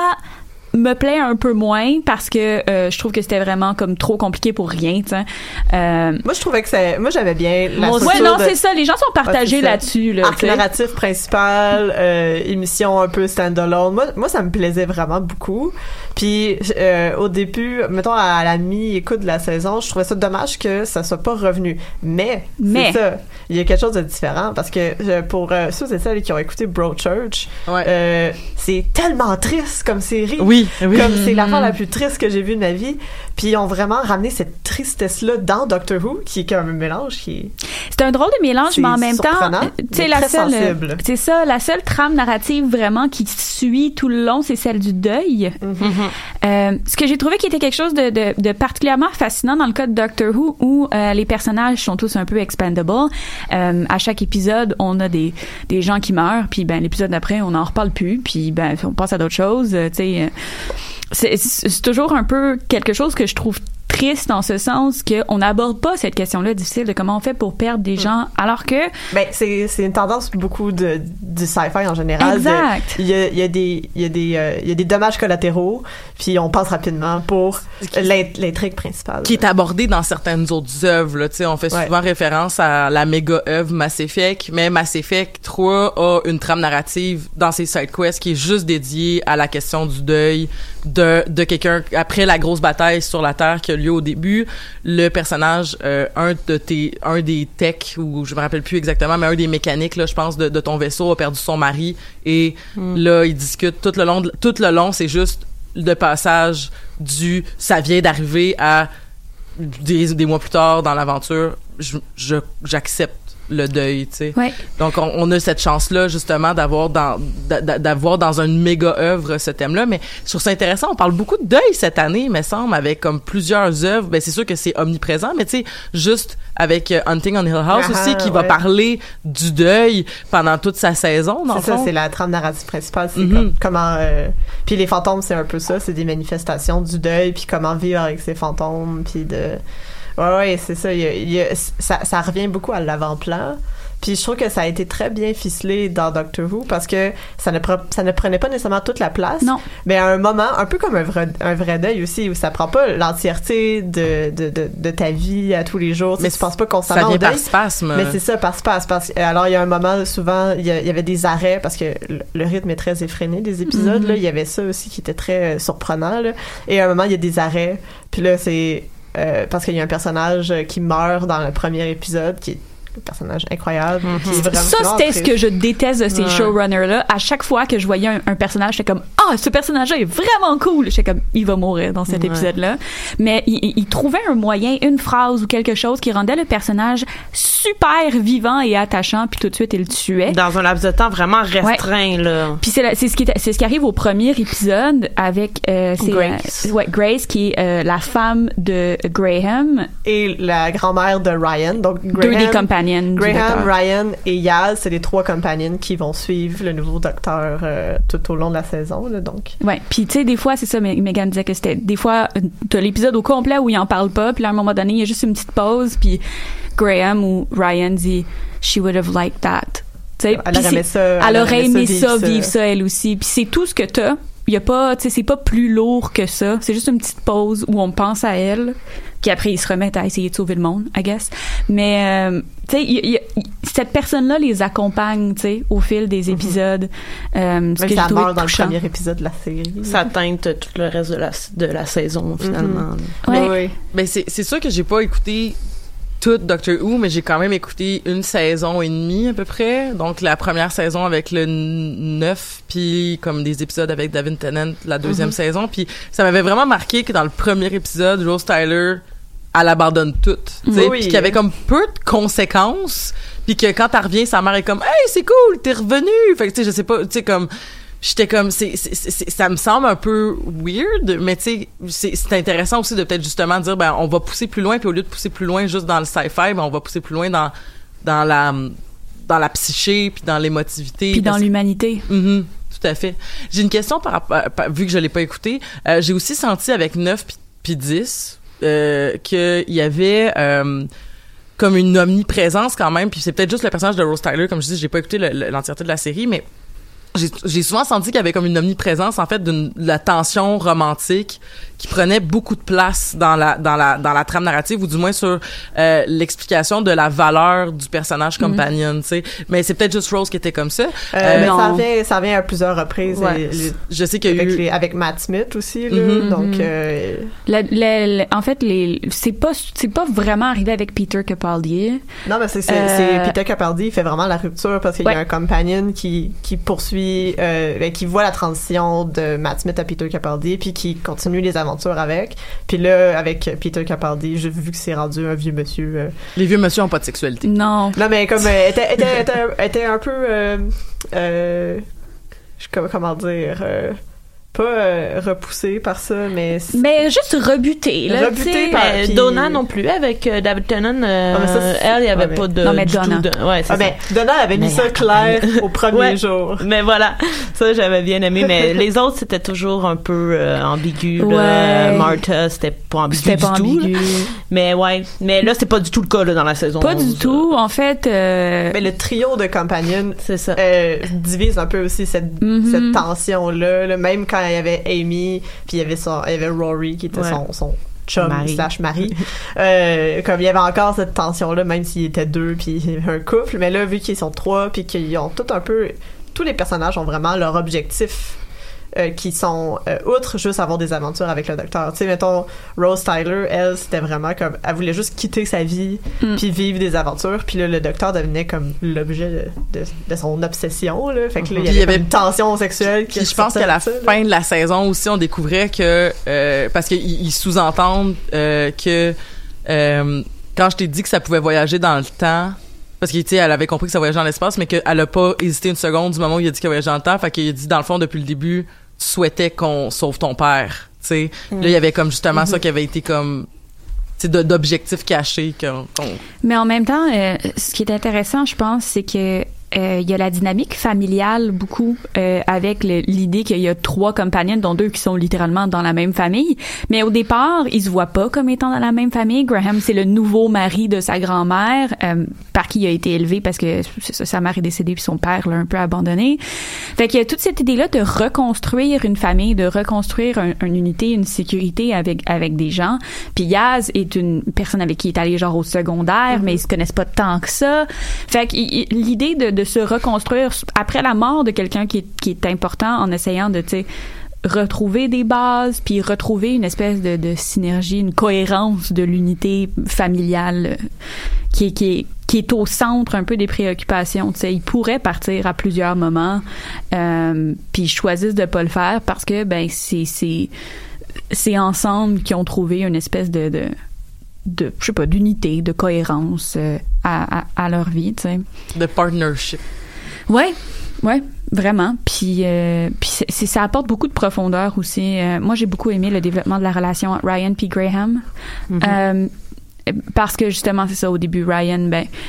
me plaît un peu moins parce que euh, je trouve que c'était vraiment comme trop compliqué pour rien, tu sais. Euh, moi je trouvais que c'est moi j'avais bien la ouais non de... c'est ça, les gens sont partagés ouais, là-dessus là, arc narratif principal, euh, émission un peu stand-alone, moi moi ça me plaisait vraiment beaucoup. Puis euh, au début, mettons à la mi-écoute de la saison, je trouvais ça dommage que ça soit pas revenu, mais, mais. c'est ça, il y a quelque chose de différent parce que pour euh, ceux et celles qui ont écouté Broadchurch, ouais. euh, c'est tellement triste comme série. Oui. Oui. Comme c'est l'affaire la plus triste que j'ai vue de ma vie. Puis ils ont vraiment ramené cette tristesse-là dans Doctor Who, qui est comme un mélange qui est... C'est un drôle de mélange, mais en même temps, tu sais, la seule, sensible. C'est ça, la seule trame narrative vraiment qui suit tout le long, c'est celle du deuil. Mm-hmm. Euh, ce que j'ai trouvé qui était quelque chose de, de, de particulièrement fascinant dans le cas de Doctor Who, où euh, les personnages sont tous un peu expendable. Euh, à chaque épisode, on a des, des gens qui meurent, puis ben l'épisode d'après, on n'en reparle plus, puis ben on passe à d'autres choses, tu sais... C'est, c'est toujours un peu quelque chose que je trouve triste en ce sens qu'on n'aborde pas cette question-là difficile de comment on fait pour perdre des gens, alors que... Ben, c'est, c'est une tendance beaucoup de, du sci-fi en général. Exact. Il y a, y a des, il y a des, euh, il y a des dommages collatéraux, puis on passe rapidement pour l'intrigue principale. Qui est abordée dans certaines autres œuvres, là. Tu sais, on fait souvent ouais. référence à la méga œuvre Mass Effect, mais Mass Effect trois a une trame narrative dans ses side quests qui est juste dédiée à la question du deuil de, de quelqu'un après la grosse bataille sur la Terre qui a lieu au début. Le personnage, euh, un de tes, un des techs, ou je me rappelle plus exactement, mais un des mécaniques, là, je pense, de, de ton vaisseau a perdu son mari, et mm. là, ils discutent tout le long, de, tout le long, c'est juste le passage du ça vient d'arriver à des, des mois plus tard dans l'aventure, je, je, j'accepte le deuil, tu sais. Ouais. Donc on, on a cette chance-là justement d'avoir dans d'a, d'avoir dans une méga œuvre ce thème-là, mais je trouve ça intéressant. On parle beaucoup de deuil cette année, me semble, avec comme plusieurs œuvres. Ben c'est sûr que c'est omniprésent, mais tu sais, juste avec uh, Hunting on Hill House ah, aussi, qui ouais. va parler du deuil pendant toute sa saison. Dans c'est le ça, fond. C'est la trame narrative principale. C'est mm-hmm. comme, comment. Euh, puis les fantômes, c'est un peu ça. C'est des manifestations du deuil, puis comment vivre avec ces fantômes, puis de. Ouais, ouais, c'est ça, il y a, il y a, ça. Ça revient beaucoup à l'avant-plan. Puis je trouve que ça a été très bien ficelé dans Doctor Who parce que ça ne, pre- ça ne prenait pas nécessairement toute la place. Non. Mais à un moment, un peu comme un vrai, un vrai deuil aussi, où ça prend pas l'entièreté de, de, de, de ta vie à tous les jours. Mais tu penses pas constamment ça vient au deuil. par spasme. Mais c'est ça, par spasme. Parce, alors il y a un moment, souvent, il y, a, il y avait des arrêts parce que le, le rythme est très effréné des épisodes. Mm-hmm. Là, il y avait ça aussi qui était très euh, surprenant. Là. Et à un moment, il y a des arrêts. Puis là, c'est... Euh, parce qu'il y a un personnage qui meurt dans le premier épisode qui est un personnage incroyable. Mm-hmm. Qui est vraiment ça, c'était triste. Ce que je déteste de ces ouais. showrunners-là. À chaque fois que je voyais un, un personnage, j'étais comme « Ah, ce personnage-là est vraiment cool! » J'étais comme « Il va mourir dans cet ouais. épisode-là. » Mais il, il, il trouvait un moyen, une phrase ou quelque chose qui rendait le personnage super vivant et attachant, puis tout de suite, il le tuait. Dans un laps de temps vraiment restreint, ouais. là. Puis c'est, la, c'est, ce qui, c'est ce qui arrive au premier épisode avec euh, c'est, Grace. Euh, ouais, Grace, qui est euh, la femme de Graham. Et la grand-mère de Ryan. Donc, Graham, deux des compagnons. companions. Graham, Ryan et Yaz, c'est les trois companions qui vont suivre le nouveau docteur euh, tout au long de la saison, là, donc. Ouais, puis tu sais, des fois, c'est ça, Megan disait que c'était, des fois, t'as l'épisode au complet où il en parle pas, puis là, à un moment donné, il y a juste une petite pause, puis Graham ou Ryan dit « She would have liked that ». Elle aurait aimé ça, elle aurait aimé ça, vivre ça, elle aussi. Puis c'est tout ce que t'as. Il y a pas, tu sais, c'est pas plus lourd que ça. C'est juste une petite pause où on pense à elle, puis après ils se remettent à essayer de sauver le monde, I guess. Mais euh, tu sais, y, y, cette personne-là les accompagne, tu sais, au fil des épisodes. Mm-hmm. euh, ce que ça j'ai meurt dans touchant. le premier épisode de la série. Ça teinte tout le reste de la de la saison finalement. Mm-hmm. Ouais. Oui. Ben c'est c'est sûr que j'ai pas écouté tout Doctor Who, mais j'ai quand même écouté une saison et demie à peu près. Donc la première saison avec le neuf, puis comme des épisodes avec David Tennant la deuxième mm-hmm. saison. Puis ça m'avait vraiment marqué que dans le premier épisode, Rose Tyler, elle abandonne tout, tu sais, oui. puis qu'il y avait comme peu de conséquences, puis que quand elle revient, sa mère est comme « Hey, c'est cool, t'es revenu! » Fait que tu sais, je sais pas, tu sais, comme... J'étais comme, c'est, c'est, c'est, ça me semble un peu weird, mais tu sais, c'est, c'est intéressant aussi de peut-être justement dire, ben, on va pousser plus loin, puis au lieu de pousser plus loin juste dans le sci-fi, ben, on va pousser plus loin dans, dans la, dans la psyché, puis dans l'émotivité. Puis dans parce... l'humanité. Mm-hmm, tout à fait. J'ai une question par rapport, vu que je l'ai pas écouté, euh, j'ai aussi senti avec neuf puis, puis dix, euh, qu'il y avait, euh, comme une omniprésence quand même, puis c'est peut-être juste le personnage de Rose Tyler, comme je dis, j'ai pas écouté le, le, l'entièreté de la série, mais J'ai, j'ai souvent senti qu'il y avait comme une omniprésence en fait d'une de la tension romantique qui prenait beaucoup de place dans la dans la dans la trame narrative ou du moins sur euh, l'explication de la valeur du personnage compagnon, mm-hmm. tu sais. Mais c'est peut-être juste Rose qui était comme ça. Euh, euh, mais ça revient ça revient à plusieurs reprises. Ouais. Et, les, je sais qu'il y a avec eu les, avec Matt Smith aussi là, mm-hmm. donc euh... le, le, le, en fait les c'est pas c'est pas vraiment arrivé avec Peter Capaldi. Non mais c'est c'est, euh... c'est Peter Capaldi, il fait vraiment la rupture parce qu'il ouais. y a un compagnon qui qui poursuit Euh, ben, qui voit la transition de Matt Smith à Peter Capaldi puis qui continue les aventures avec. Puis là, avec Peter Capaldi, j'ai vu que c'est rendu un vieux monsieur. Euh... Les vieux monsieur ont pas de sexualité. Non. Non, mais comme euh, était, était, était, était un peu euh, euh, je, comment dire euh, pas euh, repoussé par ça, mais mais juste rebuté là, rebuté par euh, puis... Donna non plus avec euh, David Tennant euh, ah, ça, elle il y avait ouais, pas de non mais du Donna tout de, ouais c'est ah, ça. mais Donna avait mis mais ça clair au premier ouais, jour, mais voilà ça j'avais bien aimé, mais les autres c'était toujours un peu euh, ambigu ouais. là. Martha c'était pas ambigu c'était du pas tout ambigu. mais ouais mais là c'est pas du tout le cas là, dans la saison pas onze, du tout en fait euh... mais le trio de compagnons c'est ça euh, divise un peu aussi cette, mm-hmm. cette tension là, là même quand il y avait Amy puis il y avait son, il y avait Rory qui était ouais. son, son chum Marie. slash mari euh, comme il y avait encore cette tension là même s'ils étaient deux puis il y avait un couple, mais là vu qu'ils sont trois puis qu'ils ont tout un peu tous les personnages ont vraiment leur objectif euh, qui sont euh, outre juste avoir des aventures avec le docteur. Tu sais, mettons Rose Tyler, elle c'était vraiment comme elle voulait juste quitter sa vie mm. puis vivre des aventures, puis là le docteur devenait comme l'objet de, de, de son obsession là. Fait que là il y avait, y avait une tension sexuelle qui je pense qu'à la ça, fin là. de la saison aussi on découvrait que euh, parce qu'ils sous-entendent euh, que euh, quand je t'ai dit que ça pouvait voyager dans le temps, parce que tu sais elle avait compris que ça voyageait dans l'espace, mais qu'elle a pas hésité une seconde du moment où il a dit qu'il voyageait dans le temps, fait qu'il a dit dans le fond depuis le début tu souhaitais qu'on sauve ton père, tu sais. Mm. Là il y avait comme justement mm-hmm. ça qui avait été comme tu sais d'objectifs cachés qu'on, qu'on... mais en même temps euh, ce qui est intéressant je pense c'est que euh, il y a la dynamique familiale beaucoup euh, avec le, l'idée qu'il y a trois compagnons dont deux qui sont littéralement dans la même famille, mais au départ ils se voient pas comme étant dans la même famille. Graham c'est le nouveau mari de sa grand-mère euh, par qui il a été élevé parce que sa mère est décédée puis son père l'a un peu abandonné. Fait qu'il y a toute cette idée là de reconstruire une famille, de reconstruire un, une unité, une sécurité avec avec des gens. Puis Yaz est une personne avec qui il est allé genre au secondaire, mm-hmm. mais ils se connaissent pas tant que ça. Fait que il, l'idée de, de se reconstruire après la mort de quelqu'un qui est, qui est important en essayant de, tu sais, retrouver des bases puis retrouver une espèce de, de synergie, une cohérence de l'unité familiale qui est, qui est, qui est au centre un peu des préoccupations. Tu sais, ils pourraient partir à plusieurs moments euh, puis ils choisissent de pas le faire parce que, ben, c'est, c'est, c'est ensemble qu'ils ont trouvé une espèce de, de de je sais pas d'unité, de cohérence euh, à, à à leur vie, tu sais. De partnership. Ouais, ouais, vraiment. Puis euh, puis c'est, c'est ça apporte beaucoup de profondeur aussi. Euh, moi j'ai beaucoup aimé le développement de la relation entre Ryan puis Graham. Mm-hmm. Euh, parce que justement c'est ça, au début Ryan ben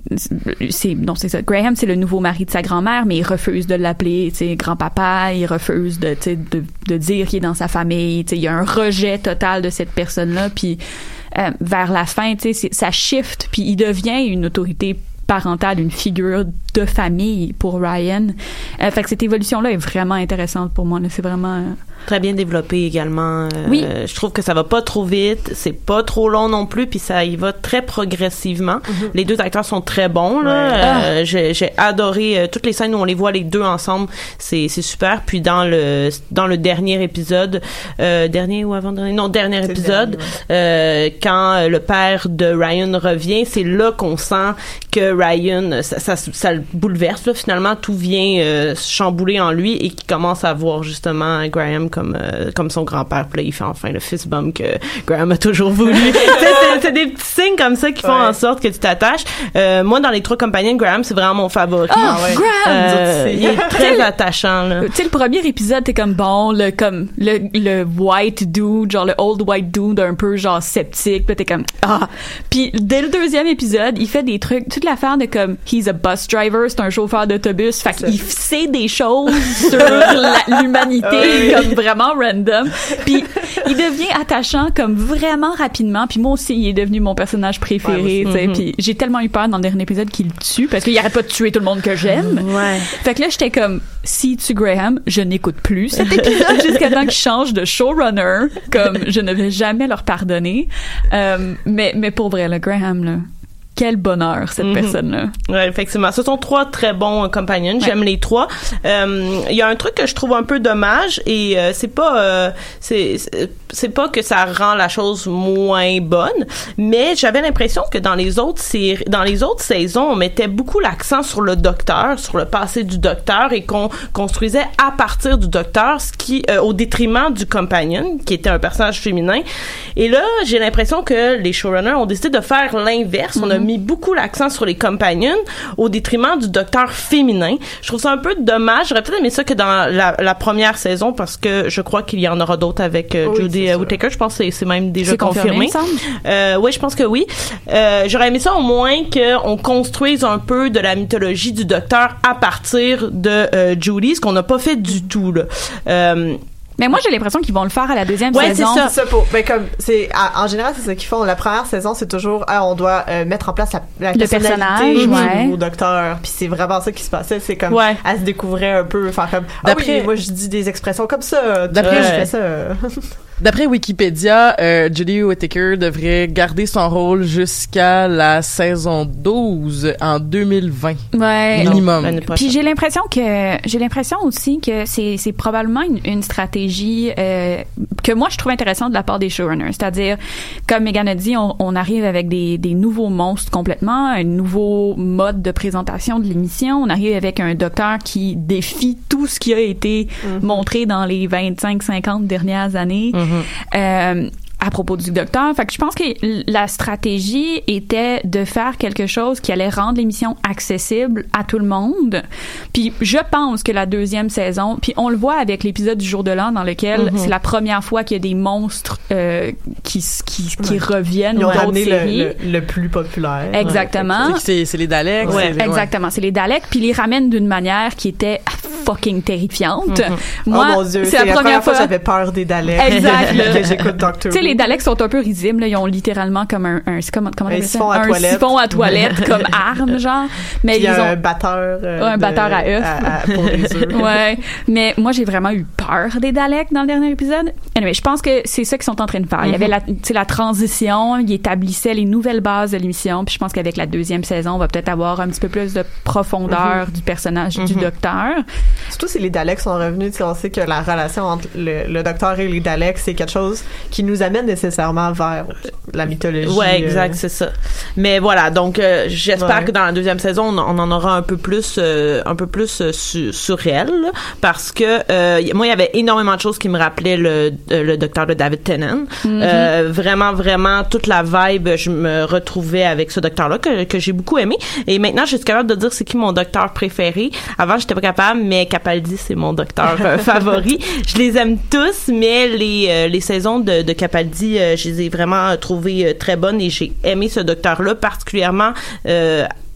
c'est non c'est ça. Graham c'est le nouveau mari de sa grand-mère, mais il refuse de l'appeler, tu sais, grand-papa. Il refuse de, tu sais, de de dire qu'il est dans sa famille. Tu sais, il y a un rejet total de cette personne-là. Puis euh, vers la fin, tu sais, ça shift. Puis il devient une autorité parentale, une figure de famille pour Ryan. Euh, fait que cette évolution-là est vraiment intéressante pour moi. Là. C'est vraiment euh, très bien développé également. Euh, oui. Je trouve que ça va pas trop vite, c'est pas trop long non plus, puis ça y va très progressivement. Mm-hmm. Les deux acteurs sont très bons là. Ouais. Euh, ah. j'ai, j'ai adoré euh, toutes les scènes où on les voit les deux ensemble, c'est c'est super. Puis dans le dans le dernier épisode, euh, dernier ou avant dernier, non dernier c'est épisode, dernier, ouais. euh, quand le père de Ryan revient, c'est là qu'on sent que Ryan ça ça, ça le bouleverse là, finalement tout vient euh, chambouler en lui et qu'il commence à voir justement Graham comme euh, comme son grand-père. Puis là, il fait enfin le fist bump que Graham a toujours voulu. c'est, c'est des petits signes comme ça qui font ouais. en sorte que tu t'attaches. Euh, moi, dans les trois compagnons, Graham, c'est vraiment mon favori. Oh, ouais. Graham! Euh, il est très attachant, là. Tu sais, le premier épisode, t'es comme bon, le, comme, le, le white dude, genre le old white dude un peu, genre sceptique. Puis t'es comme, ah! Puis dès le deuxième épisode, il fait des trucs, toute l'affaire de comme, he's a bus driver, c'est un chauffeur d'autobus. Fait qu'il sait des choses sur la, l'humanité, oui. comme vraiment random. Puis il devient attachant comme vraiment rapidement. Puis moi aussi, il est devenu mon personnage préféré. Ouais, mm-hmm. Puis j'ai tellement eu peur dans le dernier épisode qu'il le tue parce qu'il arrête pas de tuer tout le monde que j'aime. Ouais. Fait que là, j'étais comme, si tu Graham, je n'écoute plus cet épisode jusqu'à temps qu'il change de showrunner. Comme je ne vais jamais leur pardonner. Euh, mais mais pour vrai, le Graham là. Quel bonheur, cette mm-hmm. personne-là. Ouais, effectivement. Ce sont trois très bons euh, compagnons. Ouais. J'aime les trois. Il euh, y a un truc que je trouve un peu dommage et euh, c'est pas euh, c'est c'est pas que ça rend la chose moins bonne, mais j'avais l'impression que dans les autres séries, dans les autres saisons, on mettait beaucoup l'accent sur le docteur, sur le passé du docteur et qu'on construisait à partir du docteur, ce qui euh, au détriment du compagnon, qui était un personnage féminin. Et là, j'ai l'impression que les showrunners ont décidé de faire l'inverse. Mm-hmm. On a mis beaucoup l'accent sur les compagnons au détriment du docteur féminin. Je trouve ça un peu dommage. J'aurais peut-être aimé ça que dans la, la première saison parce que je crois qu'il y en aura d'autres avec euh, oui, Jodie Whittaker. Je pense que c'est, c'est même déjà c'est confirmé. confirmé euh, oui, je pense que oui. Euh, j'aurais aimé ça au moins qu'on construise un peu de la mythologie du docteur à partir de euh, Judy, ce qu'on n'a pas fait du tout là. Euh, Mais moi, j'ai l'impression qu'ils vont le faire à la deuxième ouais, saison. Ouais, c'est ça. Pour, ben, comme, c'est, à, en général, c'est ça qu'ils font. La première saison, c'est toujours, ah, on doit euh, mettre en place la, la le personnage du ouais. nouveau docteur. Puis c'est vraiment ça qui se passait. C'est comme, ouais. elle se découvrait un peu, faire comme, ah d'après, oui, moi, je dis des expressions comme ça. D'après, ouais. je fais ça. D'après Wikipédia, euh, Jodie Whittaker devrait garder son rôle jusqu'à la saison douze en deux mille vingt. Ouais. Minimum. Puis j'ai l'impression que j'ai l'impression aussi que c'est c'est probablement une, une stratégie euh, que moi je trouve intéressante de la part des showrunners. C'est-à-dire, comme Megan a dit, on, on arrive avec des des nouveaux monstres complètement, un nouveau mode de présentation de l'émission. On arrive avec un docteur qui défie tout ce qui a été mm-hmm. montré dans les vingt-cinq cinquante dernières années. Mm-hmm. Euh, à propos du docteur. Fait que je pense que la stratégie était de faire quelque chose qui allait rendre l'émission accessible à tout le monde. Puis je pense que la deuxième saison, puis on le voit avec l'épisode du jour de l'an dans lequel mm-hmm. c'est la première fois qu'il y a des monstres euh, qui qui, qui ouais. reviennent dans d'autres séries. Le, le, le plus populaire. Exactement. Ouais. C'est, c'est les Daleks. Ouais. C'est, exactement. Ouais. C'est les Daleks. Puis ils les ramènent d'une manière qui était fucking terrifiante. Mm-hmm. Moi, oh mon Dieu, c'est, c'est la, la première fois que j'avais peur des Daleks. Exact. que j'écoute Doctor Who. Les Daleks sont un peu risibles, là. Ils ont littéralement comme un, un comment, comment un, siphon ça? À un toilette. siphon à toilette comme arme, genre. Mais puis ils ont un batteur. Euh, un de, batteur à œufs. À, à, pour les œufs. Ouais. Mais moi, j'ai vraiment eu peur des Daleks dans le dernier épisode. Anyway, je pense que c'est ça qu'ils sont en train de faire. Mm-hmm. Il y avait la, tu sais, la transition, ils établissaient les nouvelles bases de l'émission. Puis je pense qu'avec la deuxième saison, on va peut-être avoir un petit peu plus de profondeur mm-hmm. du personnage mm-hmm. du docteur. Surtout si les Daleks sont revenus, tu sais, on sait que la relation entre le, le docteur et les Daleks, c'est quelque chose qui nous amène nécessairement vers la mythologie. Ouais, exact, euh... c'est ça. Mais voilà, donc euh, j'espère ouais. que dans la deuxième saison, on, on en aura un peu plus, euh, un peu plus euh, sur, sur elle, parce que euh, moi, il y avait énormément de choses qui me rappelaient le, le docteur de David Tennant. Mm-hmm. Euh, vraiment, vraiment, toute la vibe, je me retrouvais avec ce docteur-là que, que j'ai beaucoup aimé. Et maintenant, je suis capable de dire c'est qui mon docteur préféré. Avant, j'étais pas capable, mais Capaldi, c'est mon docteur euh, favori. Je les aime tous, mais les euh, les saisons de, de Capaldi, euh, je les ai vraiment trouvées euh, très bonnes et j'ai aimé ce docteur-là particulièrement euh,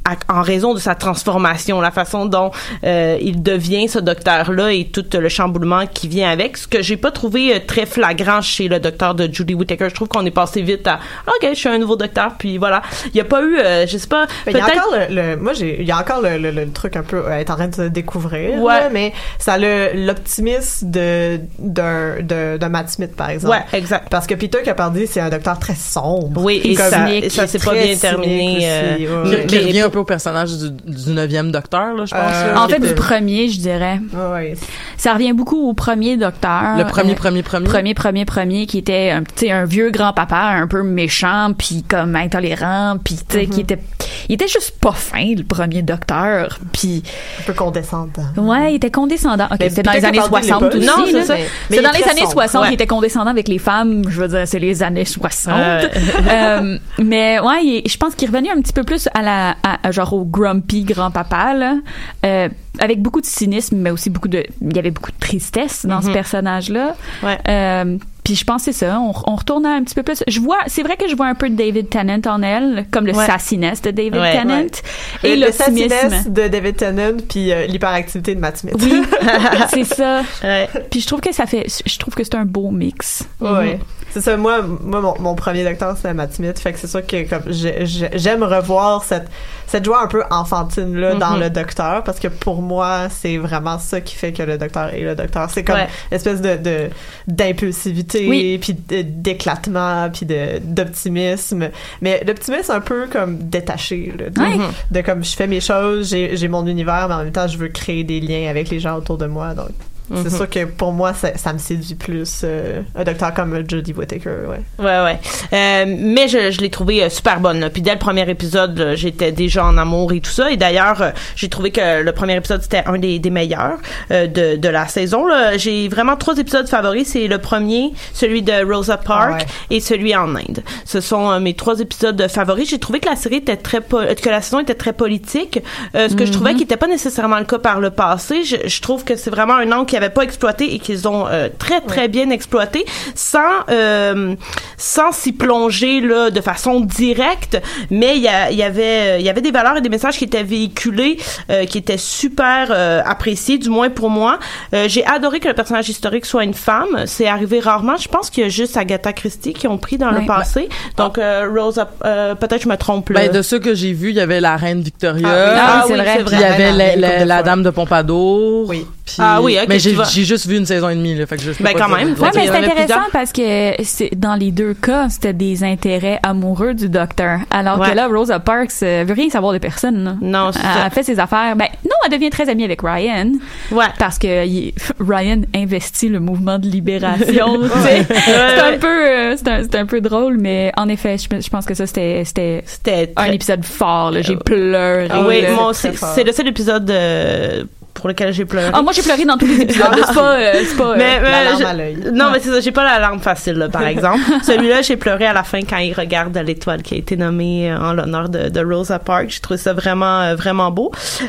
à, en raison de sa transformation, la façon dont euh, il devient ce docteur-là et tout le chamboulement qui vient avec, ce que j'ai pas trouvé euh, très flagrant chez le docteur de Jodie Whittaker. Je trouve qu'on est passé vite à ok, je suis un nouveau docteur, puis voilà. Il y a pas eu, euh, je sais pas. Il y a encore le, le moi j'ai, il y a encore le, le, le truc un peu euh, être en train de se découvrir, ouais. là, mais ça a le, l'optimisme de d'un de, de Matt Smith par exemple. Ouais, exact. Parce que Peter Capaldi c'est un docteur très sombre. Oui, et comme, ça, et ça s'est pas bien terminé. Euh, ouais. Qui, qui revient un peu au personnage du, du neuvième docteur, là, je pense. Euh, en fait, était... du premier, je dirais. Ouais. Ça revient beaucoup au premier docteur. Le premier, euh, premier, premier. Premier, premier, premier, qui était un, tu sais, un vieux grand-papa, un peu méchant, puis comme intolérant, puis tu sais, mm-hmm. qui était, il était juste pas fin, le premier docteur, puis un peu condescendant. Ouais, il était condescendant. Ok, mais c'était dans les années soixante aussi. Non, c'est là. ça. C'est dans les années sombre. soixante, ouais. il était condescendant avec les femmes. Je veux dire, c'est les années soixante. Euh. euh, mais ouais, il, je pense qu'il est revenu un petit peu plus à la, à, à, genre au grumpy grand-papa, là. Euh, avec beaucoup de cynisme, mais aussi beaucoup de, il y avait beaucoup de tristesse dans mm-hmm. ce personnage-là. Ouais. Euh, puis je pense que c'est ça, on, on retourne un petit peu plus. Je vois, c'est vrai que je vois un peu de David Tennant en elle, comme le ouais. sassiness de David ouais, Tennant. Ouais. Et le l'optimisme. sassiness de David Tennant, puis euh, l'hyperactivité de Matt Smith. Oui, c'est ça. Ouais. Puis je trouve que ça fait, je trouve que c'est un beau mix. Ouais. Mm-hmm. C'est ça, moi, moi mon, mon premier docteur, c'était Matt Smith, fait que c'est sûr que comme j'ai, j'ai, j'aime revoir cette, cette joie un peu enfantine-là mm-hmm. dans le docteur, parce que pour moi, c'est vraiment ça qui fait que le docteur est le docteur. C'est comme ouais. une espèce de, de, d'impulsivité, oui. puis de, d'éclatement, puis de, d'optimisme. Mais l'optimisme un peu comme détaché, là, de, ouais. de comme je fais mes choses, j'ai, j'ai mon univers, mais en même temps, je veux créer des liens avec les gens autour de moi, donc... C'est mm-hmm. sûr que pour moi, ça, ça me séduit plus euh, un docteur comme Jodie Whittaker, ouais. Ouais, ouais. Euh, mais je, je l'ai trouvé euh, super bonne, là. Puis dès le premier épisode, là, j'étais déjà en amour et tout ça. Et d'ailleurs, euh, j'ai trouvé que le premier épisode, c'était un des, des meilleurs euh, de, de la saison, là. J'ai vraiment trois épisodes favoris. C'est le premier, celui de Rosa Parks ah ouais. et celui en Inde. Ce sont euh, mes trois épisodes favoris. J'ai trouvé que la série était très... Po- que la saison était très politique. Euh, ce que mm-hmm. je trouvais qui n'était pas nécessairement le cas par le passé. Je, je trouve que c'est vraiment un angle qui avait pas exploité et qu'ils ont euh, très très ouais. bien exploité sans euh, sans s'y plonger là de façon directe, mais il y, a, y avait il y avait des valeurs et des messages qui étaient véhiculés euh, qui étaient super euh, appréciés, du moins pour moi. Euh, j'ai adoré que le personnage historique soit une femme, c'est arrivé rarement. Je pense qu'il y a juste Agatha Christie qui ont pris dans ouais. le passé. Donc euh, Rosa euh, peut-être je me trompe là. Ben de ceux que j'ai vus, il y avait la reine Victoria, ah, oui, ah, oui, c'est vrai, puis il y avait la, la, la, la dame de Pompadour. Oui. Puis, ah oui, okay, mais j'ai, j'ai juste vu une saison et demie, là, fait que je sais ben pas quand même. Ouais, mais c'est intéressant parce que c'est, dans les deux cas, c'était des intérêts amoureux du docteur. Alors ouais. que là, Rosa Parks euh, veut rien savoir de personne. Là. Non, c'est elle, ça. Elle fait ses affaires. Ben non, elle devient très amie avec Ryan. Ouais. Parce que il, Ryan investit le mouvement de libération. ouais. C'est un peu, euh, c'est, un, c'est un peu drôle, mais en effet, je, je pense que ça c'était, c'était, c'était un très... épisode fort. Là. J'ai pleuré. Ah, oui, là. moi c'est, c'est le seul épisode. Euh, pour lequel j'ai pleuré. Ah, moi, j'ai pleuré dans tous les épisodes. c'est pas, euh, c'est pas, mais, euh, mais, la larme je, à l'œil. Non, mais c'est ça, j'ai pas la larme facile, là, par exemple. Celui-là, j'ai pleuré à la fin quand il regarde l'étoile qui a été nommée en l'honneur de, de Rosa Parks. J'ai trouvé ça vraiment, vraiment beau.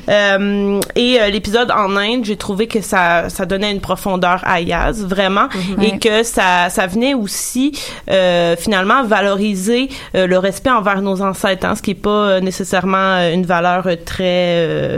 Euh, et euh, l'épisode en Inde, j'ai trouvé que ça, ça donnait une profondeur à Yaz, vraiment, mm-hmm. et que ça, ça venait aussi, euh, finalement, valoriser euh, le respect envers nos ancêtres, hein, ce qui est pas nécessairement une valeur très, euh,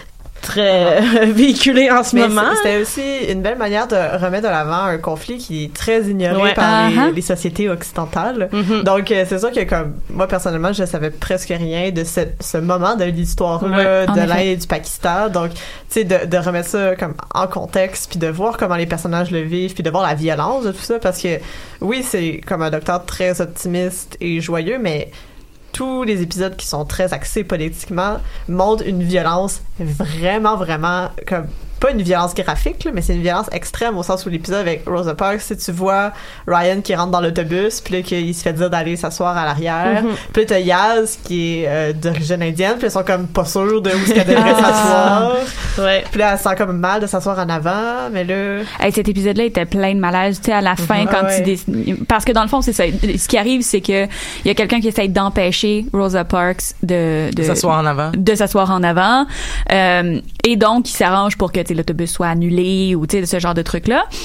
très euh, véhiculé en ce mais moment. C'était aussi une belle manière de remettre de l'avant un conflit qui est très ignoré ouais. par uh-huh. les, les sociétés occidentales. Mm-hmm. Donc, euh, c'est sûr que comme moi, personnellement, je savais presque rien de ce, ce moment de l'histoire-là, ouais, de l'Inde et du Pakistan. Donc, tu sais, de, de remettre ça comme en contexte, puis de voir comment les personnages le vivent, puis de voir la violence de tout ça, parce que, oui, c'est comme un docteur très optimiste et joyeux, mais tous les épisodes qui sont très axés politiquement montrent une violence vraiment, vraiment comme pas une violence graphique, là, mais c'est une violence extrême au sens où l'épisode avec Rosa Parks, si tu vois Ryan qui rentre dans l'autobus, puis là qu'il se fait dire d'aller s'asseoir à l'arrière, mm-hmm. puis là t'as Yaz qui est euh, d'origine indienne, puis ils sont comme pas sûrs de où est-ce qu'elle devrait s'asseoir. Ouais. Puis là elle sent comme mal de s'asseoir en avant, mais là... Hey, cet épisode-là était plein de malaise, tu sais, à la fin, mm-hmm. quand ah, ouais. il dé... Parce que dans le fond, c'est ça. Ce qui arrive, c'est que il y a quelqu'un qui essaie d'empêcher Rosa Parks de... De, de s'asseoir en avant. De s'asseoir en avant. Euh, et donc, il s'arrange pour que l'autobus soit annulé ou tu sais ce genre de truc là.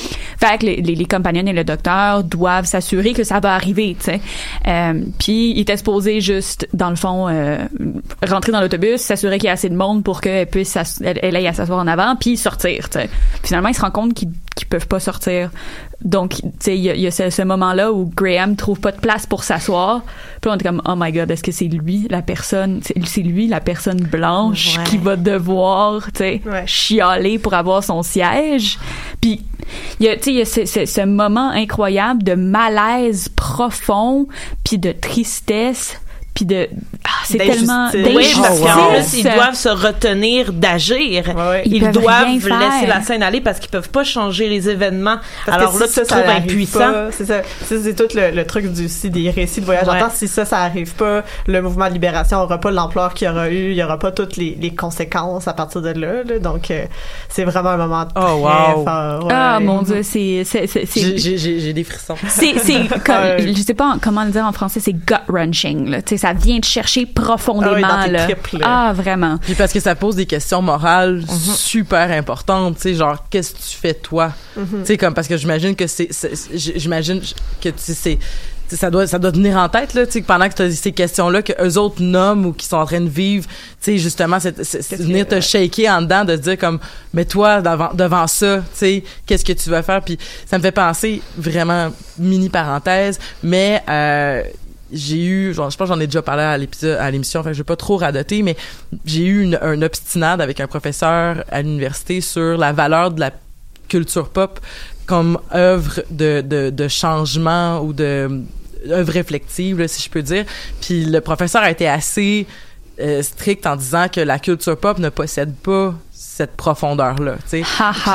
Fait que les, les, les compagnons et le docteur doivent s'assurer que ça va arriver, tu sais. Euh, puis il était supposé juste, dans le fond, euh, rentrer dans l'autobus, s'assurer qu'il y a assez de monde pour qu'elle puisse, elle, elle aille à s'asseoir en avant, puis sortir, tu sais. Finalement, il se rend compte qu'ils qu'ils peuvent pas sortir. Donc, tu sais, il y a, y a ce, ce moment-là où Graham trouve pas de place pour s'asseoir. Puis on est comme, oh my God, est-ce que c'est lui la personne, c'est, c'est lui la personne blanche ouais. qui va devoir, tu sais, ouais. chialer pour avoir son siège. Puis il y a, tu sais, il y a ce, ce, ce moment incroyable de malaise profond, puis de tristesse. Puis de ah, c'est tellement oui, parce qu'en plus ils doivent se retenir d'agir. Ouais, ouais. Ils, ils doivent laisser la scène aller parce qu'ils peuvent pas changer les événements. Parce alors là, si tu te trouves impuissant. Pas, c'est ça. ça. C'est tout le, le truc du si des récits de voyage. Ouais. J'entends si ça, ça arrive pas, le mouvement de libération aura pas l'ampleur qu'il y aura eu, il y aura pas toutes les, les conséquences à partir de là. là. Donc euh, c'est vraiment un moment très oh, wow. fort. Ouais. Ah mon Dieu, c'est c'est c'est, c'est j'ai, j'ai, j'ai, j'ai des frissons. C'est c'est comme, je sais pas comment le dire en français, c'est gut wrenching là. Tu sais, ça vient te chercher profondément ah oui, là. Tripes, là. Ah vraiment. Puis parce que ça pose des questions morales mm-hmm. super importantes, tu sais, genre qu'est-ce que tu fais toi, mm-hmm. tu sais comme parce que j'imagine que c'est, c'est j'imagine que tu sais ça doit ça doit tenir en tête là, tu sais pendant que tu as ces questions là que eux autres nomment ou qui sont en train de vivre, tu sais justement c'est, c'est, c'est venir te shaker en dedans de te dire comme mais toi devant devant ça, tu sais qu'est-ce que tu vas faire. Puis ça me fait penser vraiment mini parenthèse mais euh j'ai eu, genre, je pense que j'en ai déjà parlé à l'épisode, à l'émission, fait que je vais pas trop radoter, mais j'ai eu une, un obstinade avec un professeur à l'université sur la valeur de la culture pop comme œuvre de, de, de changement ou de œuvre réflexive, là, si je peux dire. Puis le professeur a été assez euh, strict en disant que la culture pop ne possède pas cette profondeur-là, tu sais.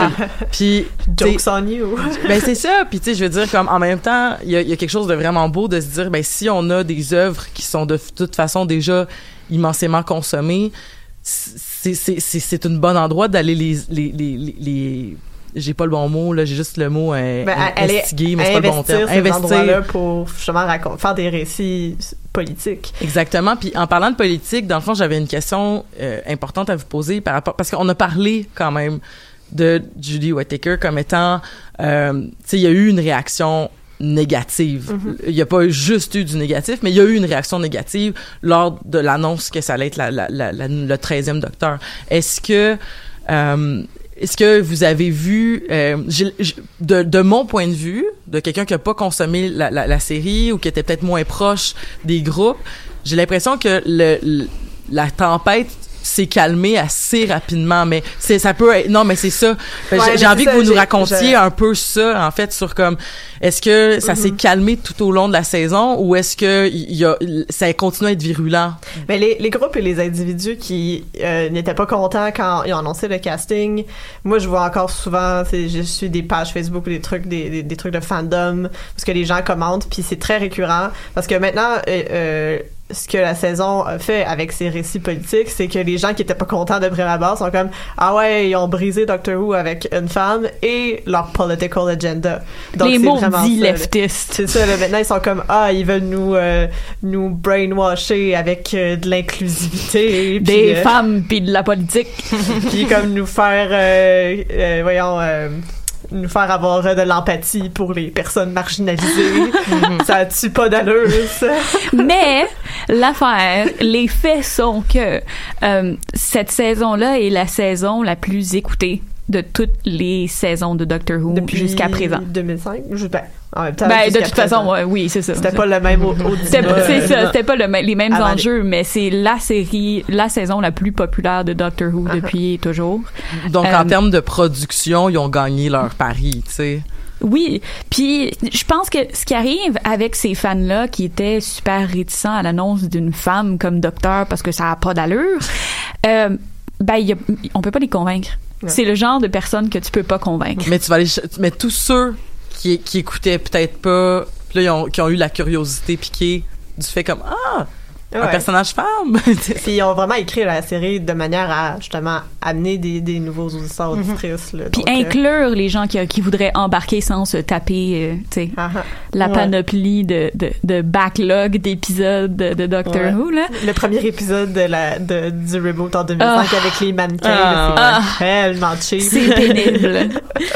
Puis, jokes on you. Ben c'est ça. Puis tu sais, je veux dire comme en même temps, il y a, y a quelque chose de vraiment beau de se dire, ben si on a des œuvres qui sont de toute façon déjà immensément consommées, c'est c'est c'est c'est un bon endroit d'aller les les les les, les j'ai pas le bon mot là, j'ai juste le mot euh, ben, investiguer, mais c'est pas le bon terme. Investir là pour justement raconter, faire des récits politiques. Exactement. Puis en parlant de politique, dans le fond, j'avais une question euh, importante à vous poser par rapport parce qu'on a parlé quand même de Judy Whittaker comme étant, euh, tu sais, il y a eu une réaction négative. Mm-hmm. Il y a pas juste eu du négatif, mais il y a eu une réaction négative lors de l'annonce que ça allait être la, la, la, la, le treizième docteur. Est-ce que euh, Est-ce que vous avez vu, euh, j'ai, de, de mon point de vue, de quelqu'un qui a pas consommé la, la, la série ou qui était peut-être moins proche des groupes, j'ai l'impression que le, le la tempête s'est calmée assez rapidement, mais c'est ça peut être, non mais c'est ça. Ouais, j'ai, j'ai envie ça, que vous nous racontiez un peu ça en fait sur comme est-ce que ça mm-hmm. s'est calmé tout au long de la saison ou est-ce que il y a ça continue à être virulent? Mais les les groupes et les individus qui euh, n'étaient pas contents quand ils ont annoncé le casting, moi je vois encore souvent, c'est je suis des pages Facebook ou des trucs des, des des trucs de fandom parce que les gens commentent puis c'est très récurrent parce que maintenant euh, euh ce que la saison a fait avec ses récits politiques, c'est que les gens qui étaient pas contents de prime abord sont comme ah ouais, ils ont brisé Doctor Who avec une femme et leur political agenda. Donc, les maudits leftistes. C'est ça. Là, maintenant ils sont comme ah ils veulent nous euh, nous brainwasher avec euh, de l'inclusivité, des euh, femmes puis de la politique, puis comme nous faire euh, euh, voyons. Euh, nous faire avoir de l'empathie pour les personnes marginalisées. Ça tue pas d'allure, ça. Mais l'affaire, les faits sont que euh, cette saison-là est la saison la plus écoutée de toutes les saisons de Doctor Who depuis jusqu'à présent. deux mille cinq Je, ben, en même temps, ben, de toute façon, ouais, oui, c'est ça. C'était pas le même audimat. C'était, c'est ça, c'était pas le, les mêmes Avant enjeux, les... mais c'est la série, la saison la plus populaire de Doctor Who uh-huh. depuis toujours. Donc, euh, en termes de production, ils ont gagné leur pari, tu sais. Oui, puis je pense que ce qui arrive avec ces fans-là qui étaient super réticents à l'annonce d'une femme comme docteur parce que ça a pas d'allure, euh, ben, y a, on peut pas les convaincre. Ouais. C'est le genre de personne que tu peux pas convaincre. Mais tu vas aller, mais tous ceux qui, qui écoutaient peut-être pas, puis là, ils ont, qui ont eu la curiosité piquée du fait comme ah, ouais. un personnage femme. Puis ils ont vraiment écrit la série de manière à justement amener des, des nouveaux auditeurs, auditrices. Là, Puis donc, inclure euh... les gens qui, qui voudraient embarquer sans se taper, euh, tu sais, uh-huh. la ouais. panoplie de, de, de backlog d'épisodes de, de Doctor ouais. Who, là. Le premier épisode de la, de, du reboot en deux mille cinq oh. avec les mannequins, ah, là, c'est ah. tellement cheap. C'est pénible.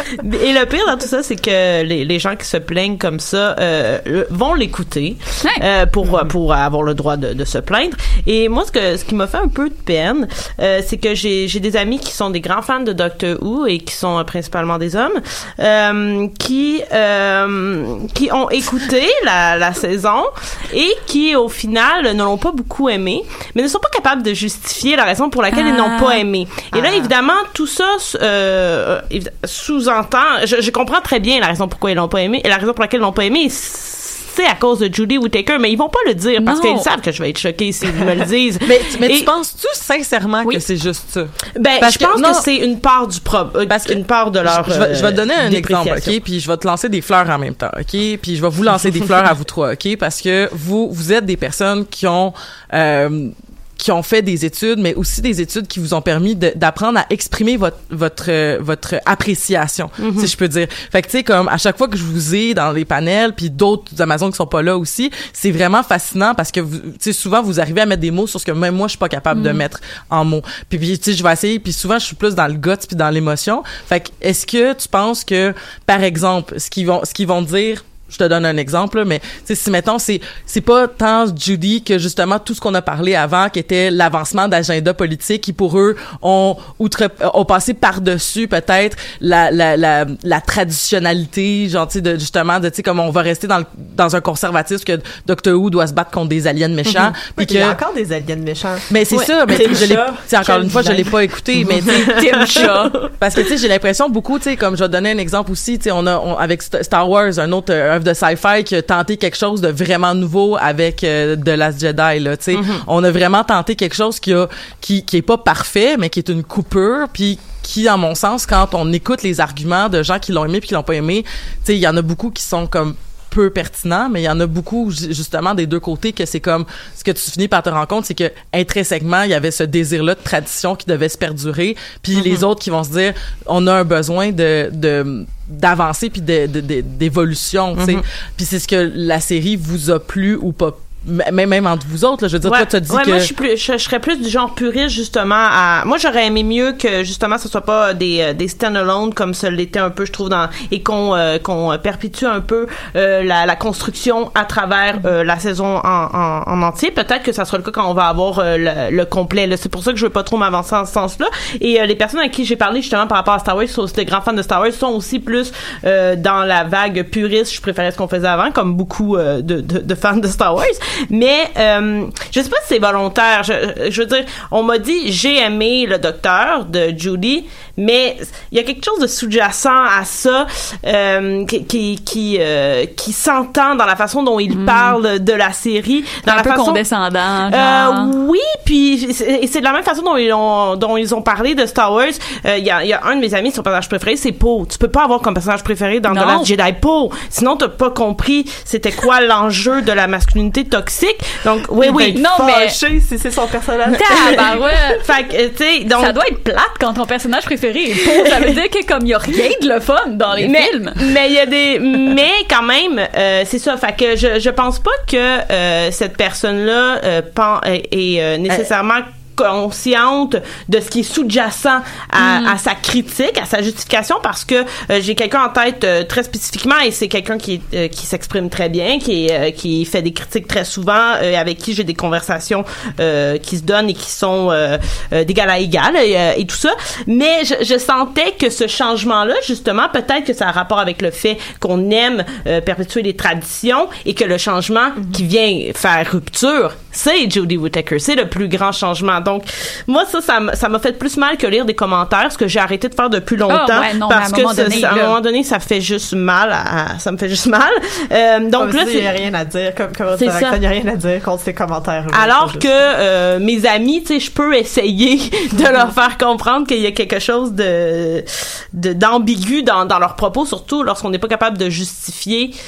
Et le pire dans tout ça, c'est que les, les gens qui se plaignent comme ça euh, vont l'écouter ouais. euh, pour, mm-hmm. pour avoir le droit de, de se plaindre. Et moi, ce, que, ce qui m'a fait un peu de peine, euh, c'est que j'ai, j'ai des amis qui sont des grands fans de Doctor Who et qui sont euh, principalement des hommes, euh, qui, euh, qui ont écouté la, la saison et qui, au final, ne l'ont pas beaucoup aimé, mais ne sont pas capables de justifier la raison pour laquelle ah. ils n'ont pas aimé. Et ah. là, évidemment, tout ça euh, sous-entend, je, je comprends très bien la raison pourquoi ils l'ont pas aimé et la raison pour laquelle ils l'ont pas aimé, c'est à cause de Jodie Whittaker, mais ils vont pas le dire parce non. qu'ils savent que je vais être choquée s'ils me le disent. mais mais et, tu penses-tu sincèrement oui. que c'est juste ça? Ben, parce je que, pense non, que c'est une part du problème, parce qu'une part de leur je, je, vais, je vais te donner un exemple, ok? Puis je vais te lancer des fleurs en même temps, ok? Puis je vais vous lancer des fleurs à vous trois, ok? Parce que vous vous êtes des personnes qui ont euh, qui ont fait des études, mais aussi des études qui vous ont permis de, d'apprendre à exprimer votre votre euh, votre appréciation, mm-hmm. si je peux dire. Fait que tu sais, comme à chaque fois que je vous ai dans les panels, puis d'autres Amazones qui sont pas là aussi, c'est vraiment fascinant parce que tu sais souvent vous arrivez à mettre des mots sur ce que même moi je suis pas capable mm. de mettre en mots. Puis puis tu sais je vais essayer, puis souvent je suis plus dans le guts puis dans l'émotion. Fait que est-ce que tu penses que par exemple ce qu'ils vont ce qu'ils vont dire, je te donne un exemple, là, mais tu sais, si mettons, c'est c'est pas tant Judy que justement tout ce qu'on a parlé avant, qui était l'avancement d'agenda politique, qui pour eux ont outre ont passé par dessus peut-être la la la la traditionnalité, genre tu sais de justement de tu sais comme on va rester dans le, dans un conservatisme que Doctor Who doit se battre contre des aliens méchants, mm-hmm. puis que il y a encore des aliens méchants. Mais c'est ouais. ça, mais je l'ai, tu encore une fois, je l'ai pas écouté, mais Tim Shaw, parce que tu sais j'ai l'impression beaucoup, tu sais comme je vais te donner un exemple aussi, tu sais on a on, avec Star Wars un autre un de sci-fi qui a tenté quelque chose de vraiment nouveau avec euh, The Last Jedi là, tu sais, mm-hmm. on a vraiment tenté quelque chose qui a qui qui est pas parfait mais qui est une coupure puis qui en mon sens quand on écoute les arguments de gens qui l'ont aimé puis qui l'ont pas aimé, tu sais, il y en a beaucoup qui sont comme peu pertinent, mais il y en a beaucoup justement des deux côtés que c'est comme ce que tu finis par te rendre compte, c'est que intrinsèquement il y avait ce désir-là de tradition qui devait se perdurer, puis mm-hmm. les autres qui vont se dire on a un besoin de de d'avancer puis de, de, de d'évolution, tu sais, mm-hmm. puis c'est ce que la série vous a plu ou pas. Même, même entre vous autres, là, je veux dire, ouais, toi, t'as dit ouais, que... moi, je suis plus, je, je serais plus du genre puriste, justement, à... Moi, j'aurais aimé mieux que, justement, ce soit pas des, des stand-alone comme ça l'était un peu, je trouve, dans... et qu'on, euh, qu'on perpétue un peu euh, la, la construction à travers euh, la saison en, en, en entier. Peut-être que ça sera le cas quand on va avoir euh, le, le complet, là. C'est pour ça que je veux pas trop m'avancer en ce sens-là. Et euh, les personnes avec qui j'ai parlé, justement, par rapport à Star Wars, sont aussi des grands fans de Star Wars, sont aussi plus euh, dans la vague puriste. Je préférais ce qu'on faisait avant, comme beaucoup euh, de, de, de fans de Star Wars. Mais... Euh, Euh, je sais pas si c'est volontaire. Je, je veux dire, on m'a dit j'ai aimé le docteur de Judy, mais il y a quelque chose de sous-jacent à ça euh, qui qui qui, euh, qui s'entend dans la façon dont il mm. parle de la série, dans un la peu façon condescendant. Genre. Euh, oui, puis c'est, c'est de la même façon dont ils ont dont ils ont parlé de Star Wars. Il euh, y a il y a un de mes amis, son personnage préféré, c'est Poe. Tu peux pas avoir comme personnage préféré dans The Last Jedi Poe, sinon t'as pas compris c'était quoi l'enjeu de la masculinité toxique. Donc oui oui, non mais si c'est son personnage. Ah bah ouais. Fait que tu sais donc ça doit être plate quand ton personnage préféré est Poe. Ça veut dire que comme il y a rien de le fun dans les mais, films. Mais il y a des mais quand même euh, c'est ça. Fait que je je pense pas que euh, cette personne là euh, est, est euh, nécessairement euh, consciente de ce qui est sous-jacent à, mm. à sa critique, à sa justification, parce que euh, j'ai quelqu'un en tête euh, très spécifiquement et c'est quelqu'un qui euh, qui s'exprime très bien, qui est, euh, qui fait des critiques très souvent, euh, avec qui j'ai des conversations euh, qui se donnent et qui sont euh, euh, d'égal à égal et, euh, et tout ça. Mais je, je sentais que ce changement-là, justement, peut-être que ça a un rapport avec le fait qu'on aime euh, perpétuer les traditions et que le changement mm-hmm. qui vient faire rupture, c'est Jodie Whittaker, c'est le plus grand changement. Donc, moi, ça, ça, ça m'a fait plus mal que lire des commentaires, ce que j'ai arrêté de faire depuis longtemps. Oh, ouais, non, parce que ça, donné, à un moment donné, ça fait juste mal. À, ça me fait juste mal. Euh, donc comme là, il n'y a rien à dire. Comme, comme il n'y a rien à dire contre ces commentaires. Alors que euh, mes amis, tu sais, je peux essayer de leur faire comprendre qu'il y a quelque chose de, de d'ambigu dans, dans leurs propos, surtout lorsqu'on n'est pas capable de justifier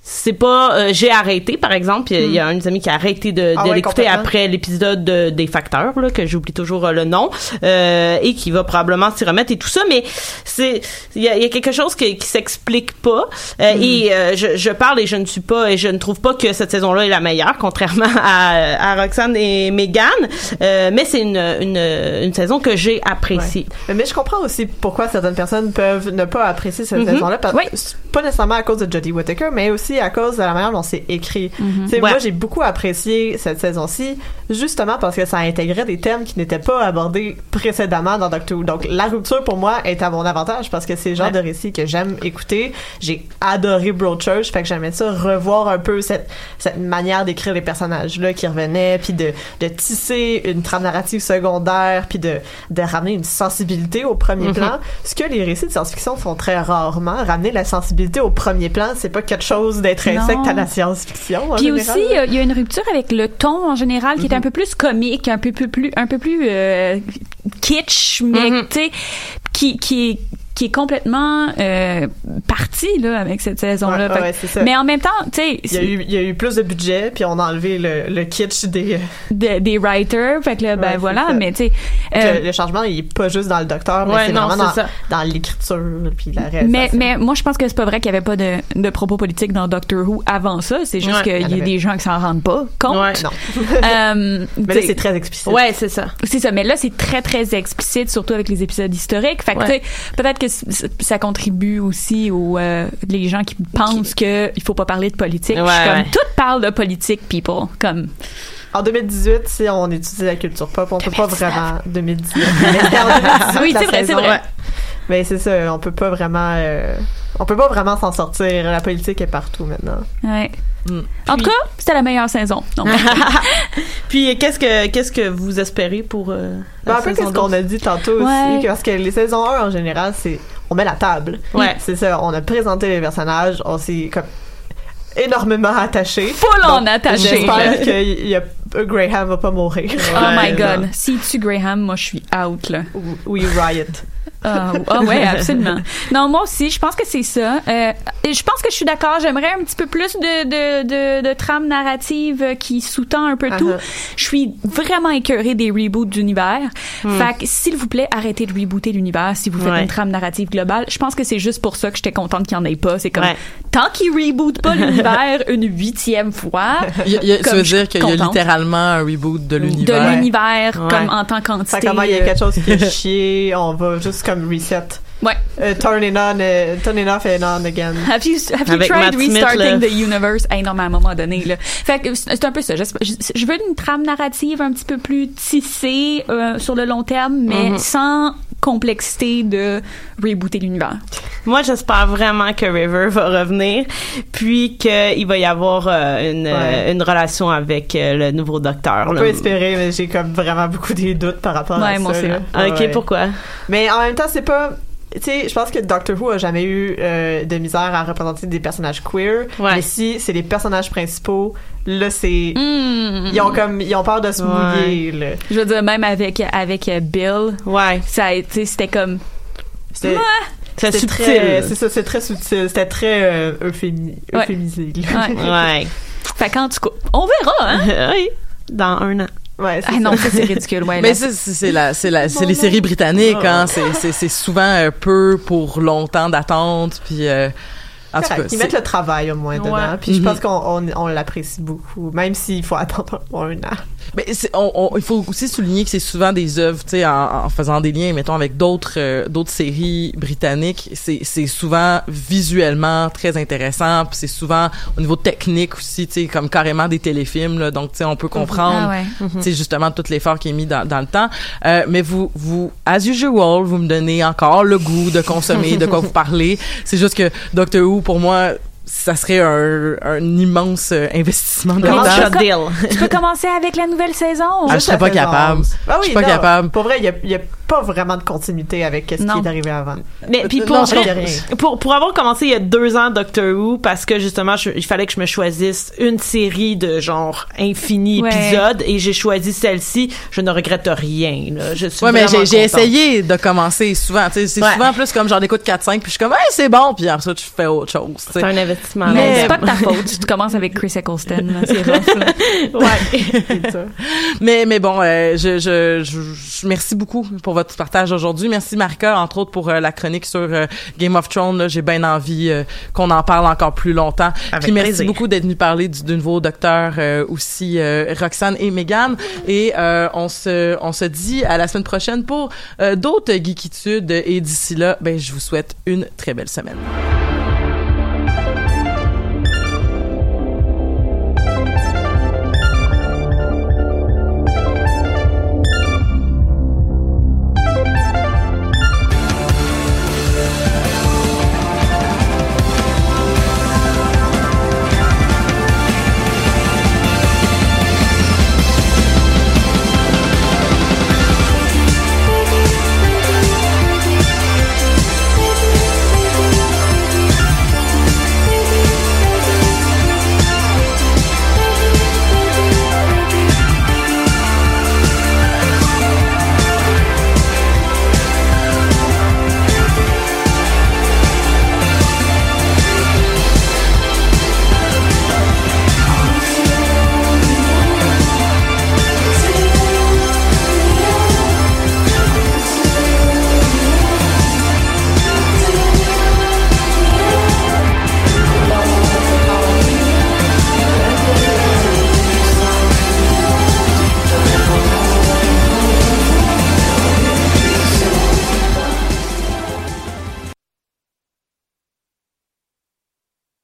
c'est pas euh, j'ai arrêté par exemple, il y, y a un de mes amis qui a arrêté de, de ah ouais, l'écouter après l'épisode de, des facteurs là, que j'oublie toujours euh, le nom, euh, et qui va probablement s'y remettre et tout ça, mais c'est il y a, y a quelque chose qui, qui s'explique pas, euh, mm. et euh, je, je parle et je ne suis pas et je ne trouve pas que cette saison-là est la meilleure, contrairement à, à Roxane et Megan, euh, mais c'est une, une une saison que j'ai appréciée. Ouais. Mais je comprends aussi pourquoi certaines personnes peuvent ne pas apprécier cette mm-hmm. saison-là, parce, oui. pas nécessairement à cause de Jodie Whittaker, mais aussi à cause de la manière dont c'est écrit. Mm-hmm. Ouais. Moi, j'ai beaucoup apprécié cette saison-ci, justement parce que ça intégrait des thèmes qui n'étaient pas abordés précédemment dans Doctor Who. Donc, la rupture, pour moi, est à mon avantage parce que c'est le genre ouais. de récit que j'aime écouter. J'ai adoré Broadchurch, fait que j'aimais ça, revoir un peu cette, cette manière d'écrire les personnages-là qui revenaient, puis de, de tisser une trame narrative secondaire, puis de, de ramener une sensibilité au premier mm-hmm. plan. Ce que les récits de science-fiction font très rarement. Ramener la sensibilité au premier plan, c'est pas quelque chose d'intrinsèque à la science-fiction. Puis aussi, il y, y a une rupture avec le ton en général qui mm-hmm. est un peu plus comique, un peu, peu plus, un peu plus euh, kitsch, mais mm-hmm. tu sais, qui, qui qui est complètement euh, parti là avec cette saison-là. Ouais, ouais, c'est ça. Mais en même temps, tu sais, il y a eu il y a eu plus de budget, puis on a enlevé le, le kitsch des de, des writers, fait que là, ben ouais, voilà, mais tu sais, euh, le, le changement il est pas juste dans le docteur, mais ouais, c'est non, vraiment c'est dans, dans l'écriture puis la réalisation. Mais mais moi je pense que c'est pas vrai qu'il y avait pas de, de propos politiques dans Doctor Who avant ça, c'est juste ouais, qu'il y a des gens qui s'en rendent pas compte. Ouais, non. euh, mais là c'est très explicite. Ouais, c'est ça. C'est ça, mais là c'est très très explicite, surtout avec les épisodes historiques. Fait que ouais. tu sais, peut-être que ça contribue aussi aux euh, les gens qui pensent okay. que il faut pas parler de politique. Ouais, je suis comme ouais. tout parle de politique, people. Comme en deux mille dix-huit, si on étudie la culture pop, on peut pas vraiment deux mille dix-huit. Mais c'était en deux mille dix-huit, oui, c'est vrai, saison. c'est vrai. Mais c'est ça, on peut pas vraiment euh, on peut pas vraiment s'en sortir. La politique est partout maintenant. Ouais. Mm. En Puis, tout cas, c'était la meilleure saison. Puis qu'est-ce que qu'est-ce que vous espérez pour euh, ben, un peu qu'est-ce qu'on a dit tantôt ouais. aussi, parce que les saisons un en général, c'est on met la table. Ouais. C'est ça, on a présenté les personnages, on s'est comme énormément attaché. Full on attaché. J'espère que y a, Graham va pas mourir. Oh my god. Non. Si tu Graham, moi je suis out là. Oui, Riot. Ah uh, oh, ouais, absolument. Non, moi aussi, je pense que c'est ça. Euh, je pense que je suis d'accord. J'aimerais un petit peu plus de de de, de trame narrative qui sous-tend un peu uh-huh. tout. Je suis vraiment écœurée des reboots d'univers. Mm. Fait que s'il vous plaît, arrêtez de rebooter l'univers si vous faites ouais. une trame narrative globale. Je pense que c'est juste pour ça que j'étais contente qu'il y en ait pas. C'est comme ouais. tant qu'ils rebootent pas l'univers une huitième fois. Il y a, il y a, ça veut dire qu'il y a littéralement un reboot de l'univers. De l'univers ouais. comme en tant qu'entité. Fait comment il y a quelque chose qui est chier, on va juste comme reset. Ouais. Uh, turn it on, uh, turn it off and on again. Have you, have you tried restarting the universe? Hey, non, mais à un moment donné, là. Fait que c'est un peu ça. Je, je veux une trame narrative un petit peu plus tissée euh, sur le long terme, mais mm-hmm. sans complexité de rebooter l'univers. Moi, j'espère vraiment que River va revenir, puis qu'il va y avoir euh, une, ouais. euh, une relation avec euh, le nouveau docteur. On là. peut espérer, mais j'ai comme vraiment beaucoup des doutes par rapport ouais, à moi ça. Aussi. Ah, ok, ouais. pourquoi? Mais en même temps, c'est pas... Tu sais, je pense que Doctor Who a jamais eu euh, de misère à représenter des personnages queer. Ouais. Mais si c'est les personnages principaux, là, c'est... Mmh. Ils ont comme... Ils ont peur de se ouais. mouiller, là. Je veux dire, même avec, avec Bill, ouais. ça a été... C'était comme... C'était... Ouais. C'est c'était subtil. Très, c'est ça, c'est très subtil. C'était très euh, euphémi, ouais. euphémisé. Ouais. ouais. Fait qu'en tout cas, on verra, hein? Oui. Dans un an. Ouais, c'est ah non, ça, c'est ridicule. Ouais, mais c'est, c'est, la, c'est, la, c'est les séries britanniques, oh. hein. C'est, c'est, c'est souvent un peu pour longtemps d'attente, puis... Euh, en tout cas, ils mettent le travail au moins dedans, ouais. puis mm-hmm. je pense qu'on on, on l'apprécie beaucoup, même s'il faut attendre un an. Mais c'est, on, on, il faut aussi souligner que c'est souvent des œuvres, tu sais, en, en faisant des liens, mettons, avec d'autres euh, d'autres séries britanniques, c'est, c'est souvent visuellement très intéressant, puis c'est souvent au niveau technique aussi, tu sais, comme carrément des téléfilms, là, donc tu sais, on peut comprendre, ah ouais. mm-hmm. tu sais, justement tout l'effort qui est mis dans, dans le temps. Euh, mais vous, vous, as usual, vous me donnez encore le goût de consommer, de quoi vous parlez. C'est juste que Doctor Who, pour moi, ça serait un, un immense investissement de temps. Tu peux commencer avec la nouvelle saison. Ah, je serais pas capable. Ah oui, je suis pas non, capable. Pour vrai, il y a, y a pas vraiment de continuité avec ce qui est arrivé avant. Mais puis pour, pour pour avoir commencé il y a deux ans Doctor Who, parce que justement je, il fallait que je me choisisse une série de genre infini ouais. épisodes, et j'ai choisi celle-ci. Je ne regrette rien. Là. Je suis ouais, mais j'ai, j'ai contente. essayé de commencer souvent. T'sais, c'est ouais. souvent plus comme j'en écoute quatre cinq, puis je suis comme hey, c'est bon, puis après ça je fais autre chose. T'sais. C'est un investissement. Mais, mais c'est pas de ta faute. Tu commences avec Chris Eccleston, là, c'est rough. Là. Ouais. C'est ça. Mais mais bon, euh, je, je je je merci beaucoup pour votre partage aujourd'hui. Merci Marika, entre autres, pour euh, la chronique sur euh, Game of Thrones. Là, j'ai bien envie euh, qu'on en parle encore plus longtemps. Avec Puis merci plaisir. beaucoup d'être venu parler du, du nouveau docteur euh, aussi, euh, Roxane et Mégane. Et euh, on se on se dit à la semaine prochaine pour euh, d'autres geekitudes. Et d'ici là, ben je vous souhaite une très belle semaine.